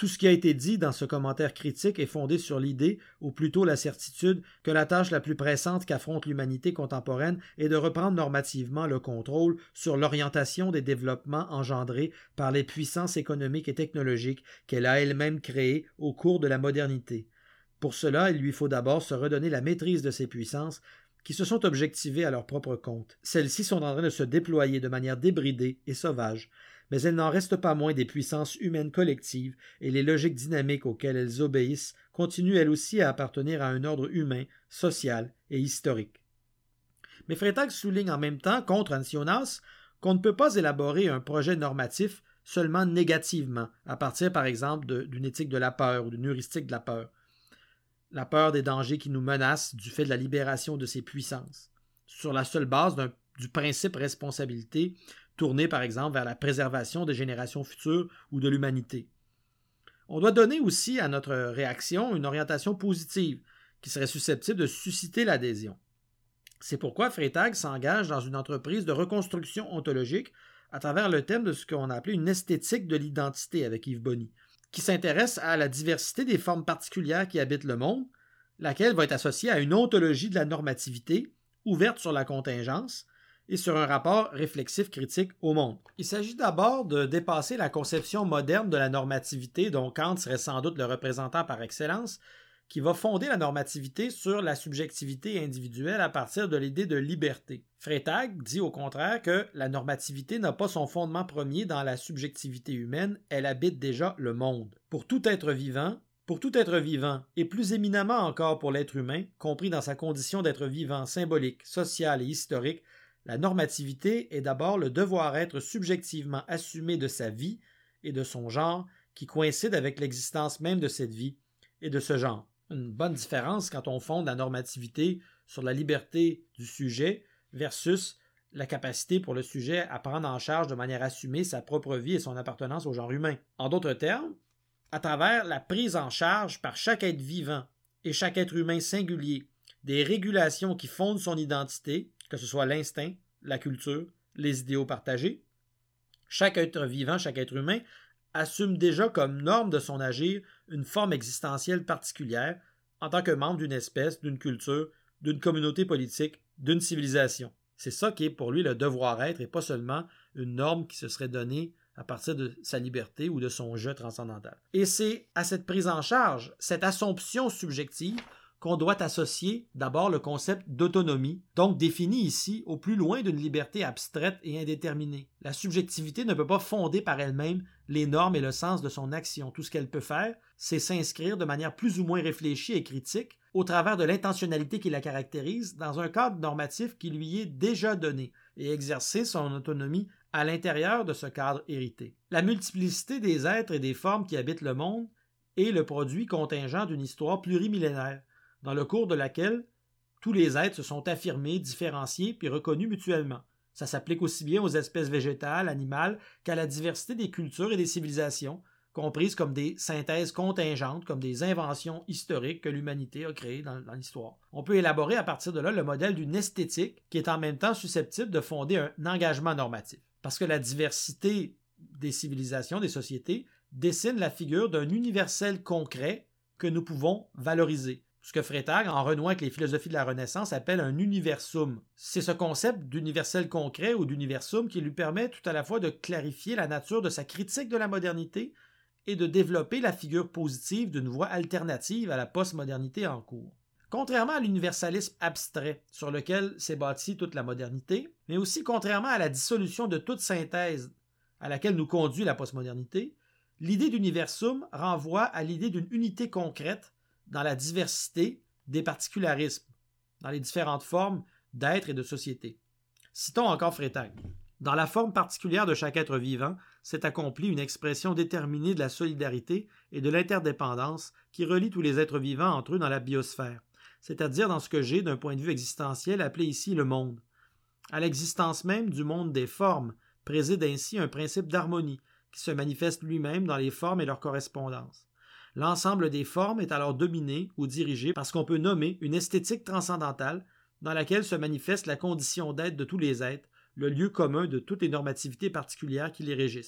Speaker 1: Tout ce qui a été dit dans ce commentaire critique est fondé sur l'idée, ou plutôt la certitude, que la tâche la plus pressante qu'affronte l'humanité contemporaine est de reprendre normativement le contrôle sur l'orientation des développements engendrés par les puissances économiques et technologiques qu'elle a elle-même créées au cours de la modernité. Pour cela, il lui faut d'abord se redonner la maîtrise de ces puissances qui se sont objectivées à leur propre compte. Celles-ci sont en train de se déployer de manière débridée et sauvage, mais elles n'en restent pas moins des puissances humaines collectives et les logiques dynamiques auxquelles elles obéissent continuent elles aussi à appartenir à un ordre humain, social et historique. Mais Freytag souligne en même temps, contre Ancionas, qu'on ne peut pas élaborer un projet normatif seulement négativement, à partir par exemple de, d'une éthique de la peur ou d'une heuristique de la peur. La peur des dangers qui nous menacent du fait de la libération de ces puissances, sur la seule base d'un, du principe responsabilité tourné par exemple vers la préservation des générations futures ou de l'humanité. On doit donner aussi à notre réaction une orientation positive qui serait susceptible de susciter l'adhésion. C'est pourquoi Freytag s'engage dans une entreprise de reconstruction ontologique à travers le thème de ce qu'on a appelé une esthétique de l'identité avec Yves Bony, qui s'intéresse à la diversité des formes particulières qui habitent le monde, laquelle va être associée à une ontologie de la normativité, ouverte sur la contingence, et sur un rapport réflexif critique au monde. Il s'agit d'abord de dépasser la conception moderne de la normativité, dont Kant serait sans doute le représentant par excellence, qui va fonder la normativité sur la subjectivité individuelle à partir de l'idée de liberté. Freytag dit au contraire que la normativité n'a pas son fondement premier dans la subjectivité humaine, elle habite déjà le monde. Pour tout être vivant, pour tout être vivant, et plus éminemment encore pour l'être humain, compris dans sa condition d'être vivant symbolique, social et historique, la normativité est d'abord le devoir-être subjectivement assumé de sa vie et de son genre qui coïncide avec l'existence même de cette vie et de ce genre. Une bonne différence quand on fonde la normativité sur la liberté du sujet versus la capacité pour le sujet à prendre en charge de manière assumée sa propre vie et son appartenance au genre humain. En d'autres termes, à travers la prise en charge par chaque être vivant et chaque être humain singulier des régulations qui fondent son identité, que ce soit l'instinct, la culture, les idéaux partagés, chaque être vivant, chaque être humain assume déjà comme norme de son agir une forme existentielle particulière en tant que membre d'une espèce, d'une culture, d'une communauté politique, d'une civilisation. C'est ça qui est pour lui le devoir-être et pas seulement une norme qui se serait donnée à partir de sa liberté ou de son jeu transcendantal. Et c'est à cette prise en charge, cette assomption subjective, qu'on doit associer d'abord le concept d'autonomie, donc défini ici au plus loin d'une liberté abstraite et indéterminée. La subjectivité ne peut pas fonder par elle-même les normes et le sens de son action. Tout ce qu'elle peut faire, c'est s'inscrire de manière plus ou moins réfléchie et critique au travers de l'intentionnalité qui la caractérise dans un cadre normatif qui lui est déjà donné et exercer son autonomie à l'intérieur de ce cadre hérité. La multiplicité des êtres et des formes qui habitent le monde est le produit contingent d'une histoire plurimillénaire, dans le cours de laquelle tous les êtres se sont affirmés, différenciés puis reconnus mutuellement. Ça s'applique aussi bien aux espèces végétales, animales, qu'à la diversité des cultures et des civilisations, comprises comme des synthèses contingentes, comme des inventions historiques que l'humanité a créées dans, dans l'histoire. On peut élaborer à partir de là le modèle d'une esthétique qui est en même temps susceptible de fonder un engagement normatif. Parce que la diversité des civilisations, des sociétés, dessine la figure d'un universel concret que nous pouvons valoriser. Ce que Freytag, en renouant avec les philosophies de la Renaissance, appelle un universum. C'est ce concept d'universel concret ou d'universum qui lui permet tout à la fois de clarifier la nature de sa critique de la modernité et de développer la figure positive d'une voie alternative à la postmodernité en cours. Contrairement à l'universalisme abstrait sur lequel s'est bâtie toute la modernité, mais aussi contrairement à la dissolution de toute synthèse à laquelle nous conduit la postmodernité, l'idée d'universum renvoie à l'idée d'une unité concrète dans la diversité des particularismes, dans les différentes formes d'être et de société. Citons encore Freytag. Dans la forme particulière de chaque être vivant, s'est accomplie une expression déterminée de la solidarité et de l'interdépendance qui relie tous les êtres vivants entre eux dans la biosphère, c'est-à-dire dans ce que j'ai, d'un point de vue existentiel, appelé ici le monde. À l'existence même du monde des formes préside ainsi un principe d'harmonie qui se manifeste lui-même dans les formes et leur correspondance. L'ensemble des formes est alors dominé ou dirigé par ce qu'on peut nommer une esthétique transcendantale dans laquelle se manifeste la condition d'être de tous les êtres, le lieu commun de toutes les normativités particulières qui les régissent.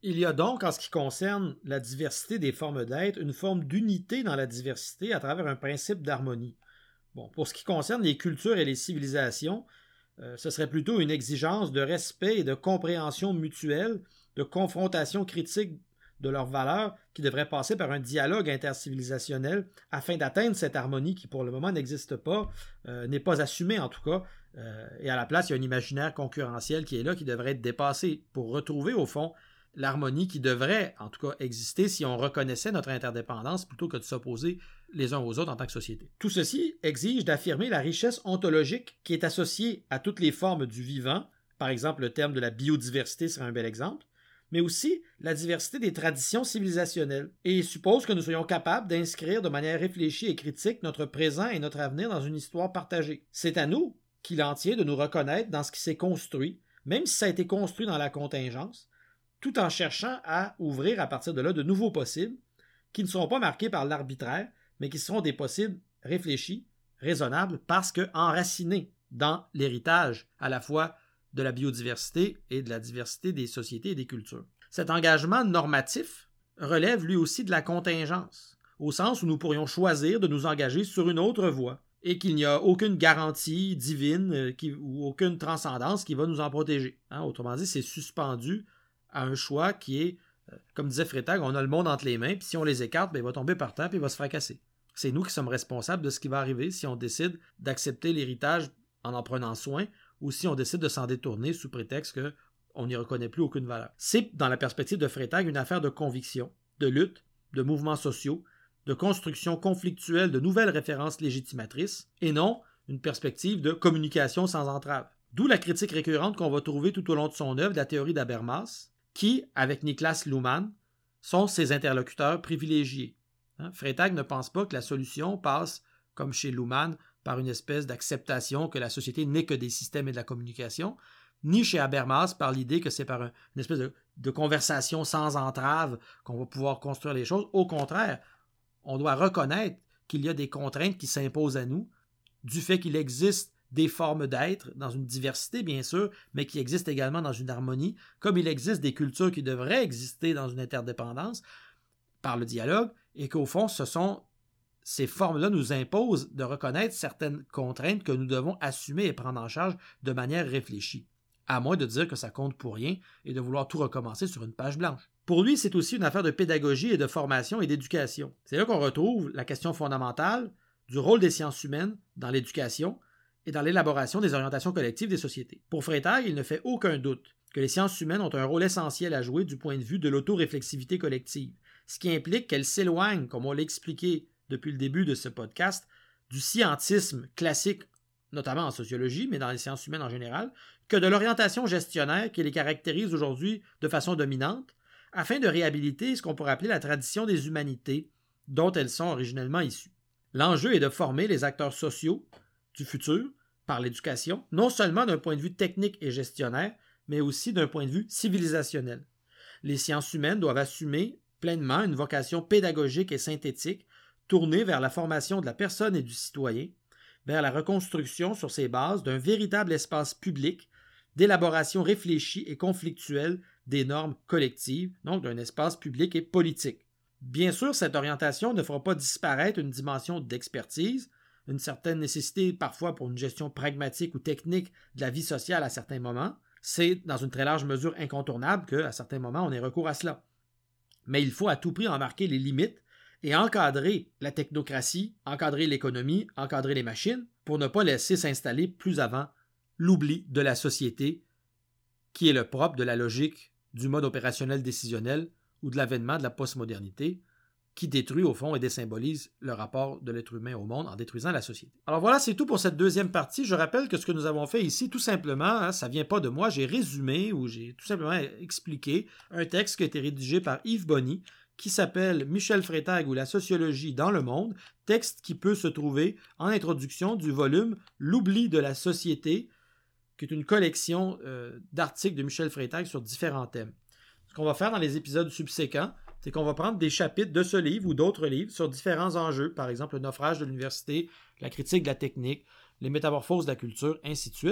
Speaker 1: Il y a donc, en ce qui concerne la diversité des formes d'être, une forme d'unité dans la diversité à travers un principe d'harmonie. Bon, pour ce qui concerne les cultures et les civilisations, euh, ce serait plutôt une exigence de respect et de compréhension mutuelle, de confrontation critique de leurs valeurs qui devrait passer par un dialogue intercivilisationnel afin d'atteindre cette harmonie qui pour le moment n'existe pas, euh, n'est pas assumée en tout cas, euh, et à la place il y a un imaginaire concurrentiel qui est là, qui devrait être dépassé pour retrouver au fond l'harmonie qui devrait en tout cas exister si on reconnaissait notre interdépendance plutôt que de s'opposer les uns aux autres en tant que société. Tout ceci exige d'affirmer la richesse ontologique qui est associée à toutes les formes du vivant, par exemple le terme de la biodiversité serait un bel exemple, mais aussi la diversité des traditions civilisationnelles, et suppose que nous soyons capables d'inscrire de manière réfléchie et critique notre présent et notre avenir dans une histoire partagée. C'est à nous qu'il en tient de nous reconnaître dans ce qui s'est construit, même si ça a été construit dans la contingence, tout en cherchant à ouvrir à partir de là de nouveaux possibles qui ne seront pas marqués par l'arbitraire, mais qui seront des possibles réfléchis, raisonnables, parce qu'enracinés dans l'héritage à la fois de la biodiversité et de la diversité des sociétés et des cultures. Cet engagement normatif relève lui aussi de la contingence, au sens où nous pourrions choisir de nous engager sur une autre voie, et qu'il n'y a aucune garantie divine qui, ou aucune transcendance qui va nous en protéger. Hein, autrement dit, c'est suspendu à un choix qui est, euh, comme disait Freytag, on a le monde entre les mains, puis si on les écarte, bien, il va tomber par terre, puis il va se fracasser. C'est nous qui sommes responsables de ce qui va arriver si on décide d'accepter l'héritage en en prenant soin, ou si on décide de s'en détourner sous prétexte qu'on n'y reconnaît plus aucune valeur. C'est, dans la perspective de Freytag, une affaire de conviction, de lutte, de mouvements sociaux, de construction conflictuelle de nouvelles références légitimatrices, et non une perspective de communication sans entrave. D'où la critique récurrente qu'on va trouver tout au long de son œuvre de la théorie d'Habermas, qui, avec Niklas Luhmann, sont ses interlocuteurs privilégiés. Hein? Freytag ne pense pas que la solution passe, comme chez Luhmann, par une espèce d'acceptation que la société n'est que des systèmes et de la communication, ni chez Habermas par l'idée que c'est par un, une espèce de, de conversation sans entrave qu'on va pouvoir construire les choses. Au contraire, on doit reconnaître qu'il y a des contraintes qui s'imposent à nous, du fait qu'il existe des formes d'être, dans une diversité bien sûr, mais qui existent également dans une harmonie, comme il existe des cultures qui devraient exister dans une interdépendance par le dialogue, et qu'au fond, ce sont ces formes-là nous imposent de reconnaître certaines contraintes que nous devons assumer et prendre en charge de manière réfléchie, à moins de dire que ça compte pour rien et de vouloir tout recommencer sur une page blanche. Pour lui, c'est aussi une affaire de pédagogie et de formation et d'éducation. C'est là qu'on retrouve la question fondamentale du rôle des sciences humaines dans l'éducation et dans l'élaboration des orientations collectives des sociétés. Pour Freytag, il ne fait aucun doute que les sciences humaines ont un rôle essentiel à jouer du point de vue de l'autoréflexivité collective, ce qui implique qu'elles s'éloignent, comme on l'a expliqué depuis le début de ce podcast, du scientisme classique, notamment en sociologie, mais dans les sciences humaines en général, que de l'orientation gestionnaire qui les caractérise aujourd'hui de façon dominante, afin de réhabiliter ce qu'on pourrait appeler la tradition des humanités, dont elles sont originellement issues. L'enjeu est de former les acteurs sociaux du futur par l'éducation, non seulement d'un point de vue technique et gestionnaire, mais aussi d'un point de vue civilisationnel. Les sciences humaines doivent assumer pleinement une vocation pédagogique et synthétique tournée vers la formation de la personne et du citoyen, vers la reconstruction sur ses bases d'un véritable espace public d'élaboration réfléchie et conflictuelle des normes collectives, donc d'un espace public et politique. Bien sûr, cette orientation ne fera pas disparaître une dimension d'expertise, une certaine nécessité parfois pour une gestion pragmatique ou technique de la vie sociale à certains moments. C'est dans une très large mesure incontournable qu'à certains moments on ait recours à cela. Mais il faut à tout prix en marquer les limites et encadrer la technocratie, encadrer l'économie, encadrer les machines, pour ne pas laisser s'installer plus avant l'oubli de la société, qui est le propre de la logique du mode opérationnel décisionnel ou de l'avènement de la postmodernité, qui détruit au fond et désymbolise le rapport de l'être humain au monde en détruisant la société. Alors voilà, c'est tout pour cette deuxième partie. Je rappelle que ce que nous avons fait ici, tout simplement, hein, ça ne vient pas de moi, j'ai résumé ou j'ai tout simplement expliqué un texte qui a été rédigé par Yves Bonny, qui s'appelle Michel Freytag ou la sociologie dans le monde, texte qui peut se trouver en introduction du volume L'oubli de la société, qui est une collection euh, d'articles de Michel Freytag sur différents thèmes. Ce qu'on va faire dans les épisodes subséquents, c'est qu'on va prendre des chapitres de ce livre ou d'autres livres sur différents enjeux, par exemple le naufrage de l'université, la critique de la technique, les métamorphoses de la culture, ainsi de suite,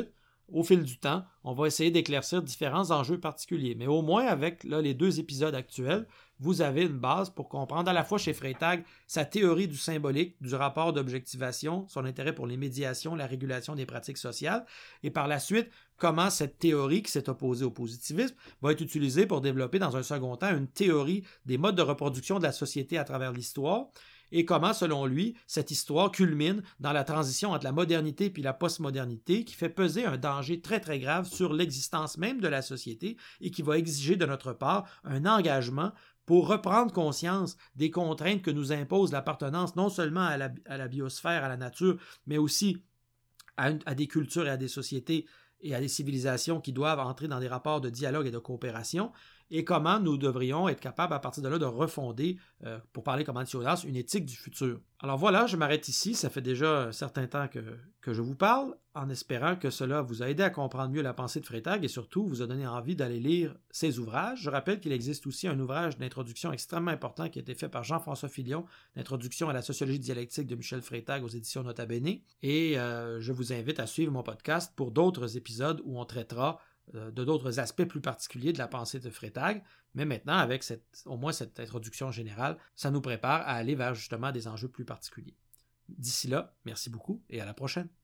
Speaker 1: au fil du temps, on va essayer d'éclaircir différents enjeux particuliers. Mais au moins, avec là, les deux épisodes actuels, vous avez une base pour comprendre à la fois chez Freytag sa théorie du symbolique, du rapport d'objectivation, son intérêt pour les médiations, la régulation des pratiques sociales, et par la suite, comment cette théorie qui s'est opposée au positivisme va être utilisée pour développer dans un second temps une théorie des modes de reproduction de la société à travers l'histoire, et comment, selon lui, cette histoire culmine dans la transition entre la modernité puis la postmodernité qui fait peser un danger très très grave sur l'existence même de la société et qui va exiger de notre part un engagement pour reprendre conscience des contraintes que nous impose l'appartenance non seulement à la, à la biosphère, à la nature, mais aussi à, une, à des cultures et à des sociétés et à des civilisations qui doivent entrer dans des rapports de dialogue et de coopération, et comment nous devrions être capables à partir de là de refonder, euh, pour parler comme Antiodas, une éthique du futur. Alors voilà, je m'arrête ici, ça fait déjà un certain temps que, que je vous parle, en espérant que cela vous a aidé à comprendre mieux la pensée de Freytag et surtout vous a donné envie d'aller lire ses ouvrages. Je rappelle qu'il existe aussi un ouvrage d'introduction extrêmement important qui a été fait par Jean-François Filion, l'introduction à la sociologie dialectique de Michel Freytag aux éditions Nota Bene, et euh, je vous invite à suivre mon podcast pour d'autres épisodes où on traitera de d'autres aspects plus particuliers de la pensée de Freytag, mais maintenant, avec cette, au moins cette introduction générale, ça nous prépare à aller vers justement des enjeux plus particuliers. D'ici là, merci beaucoup et à la prochaine.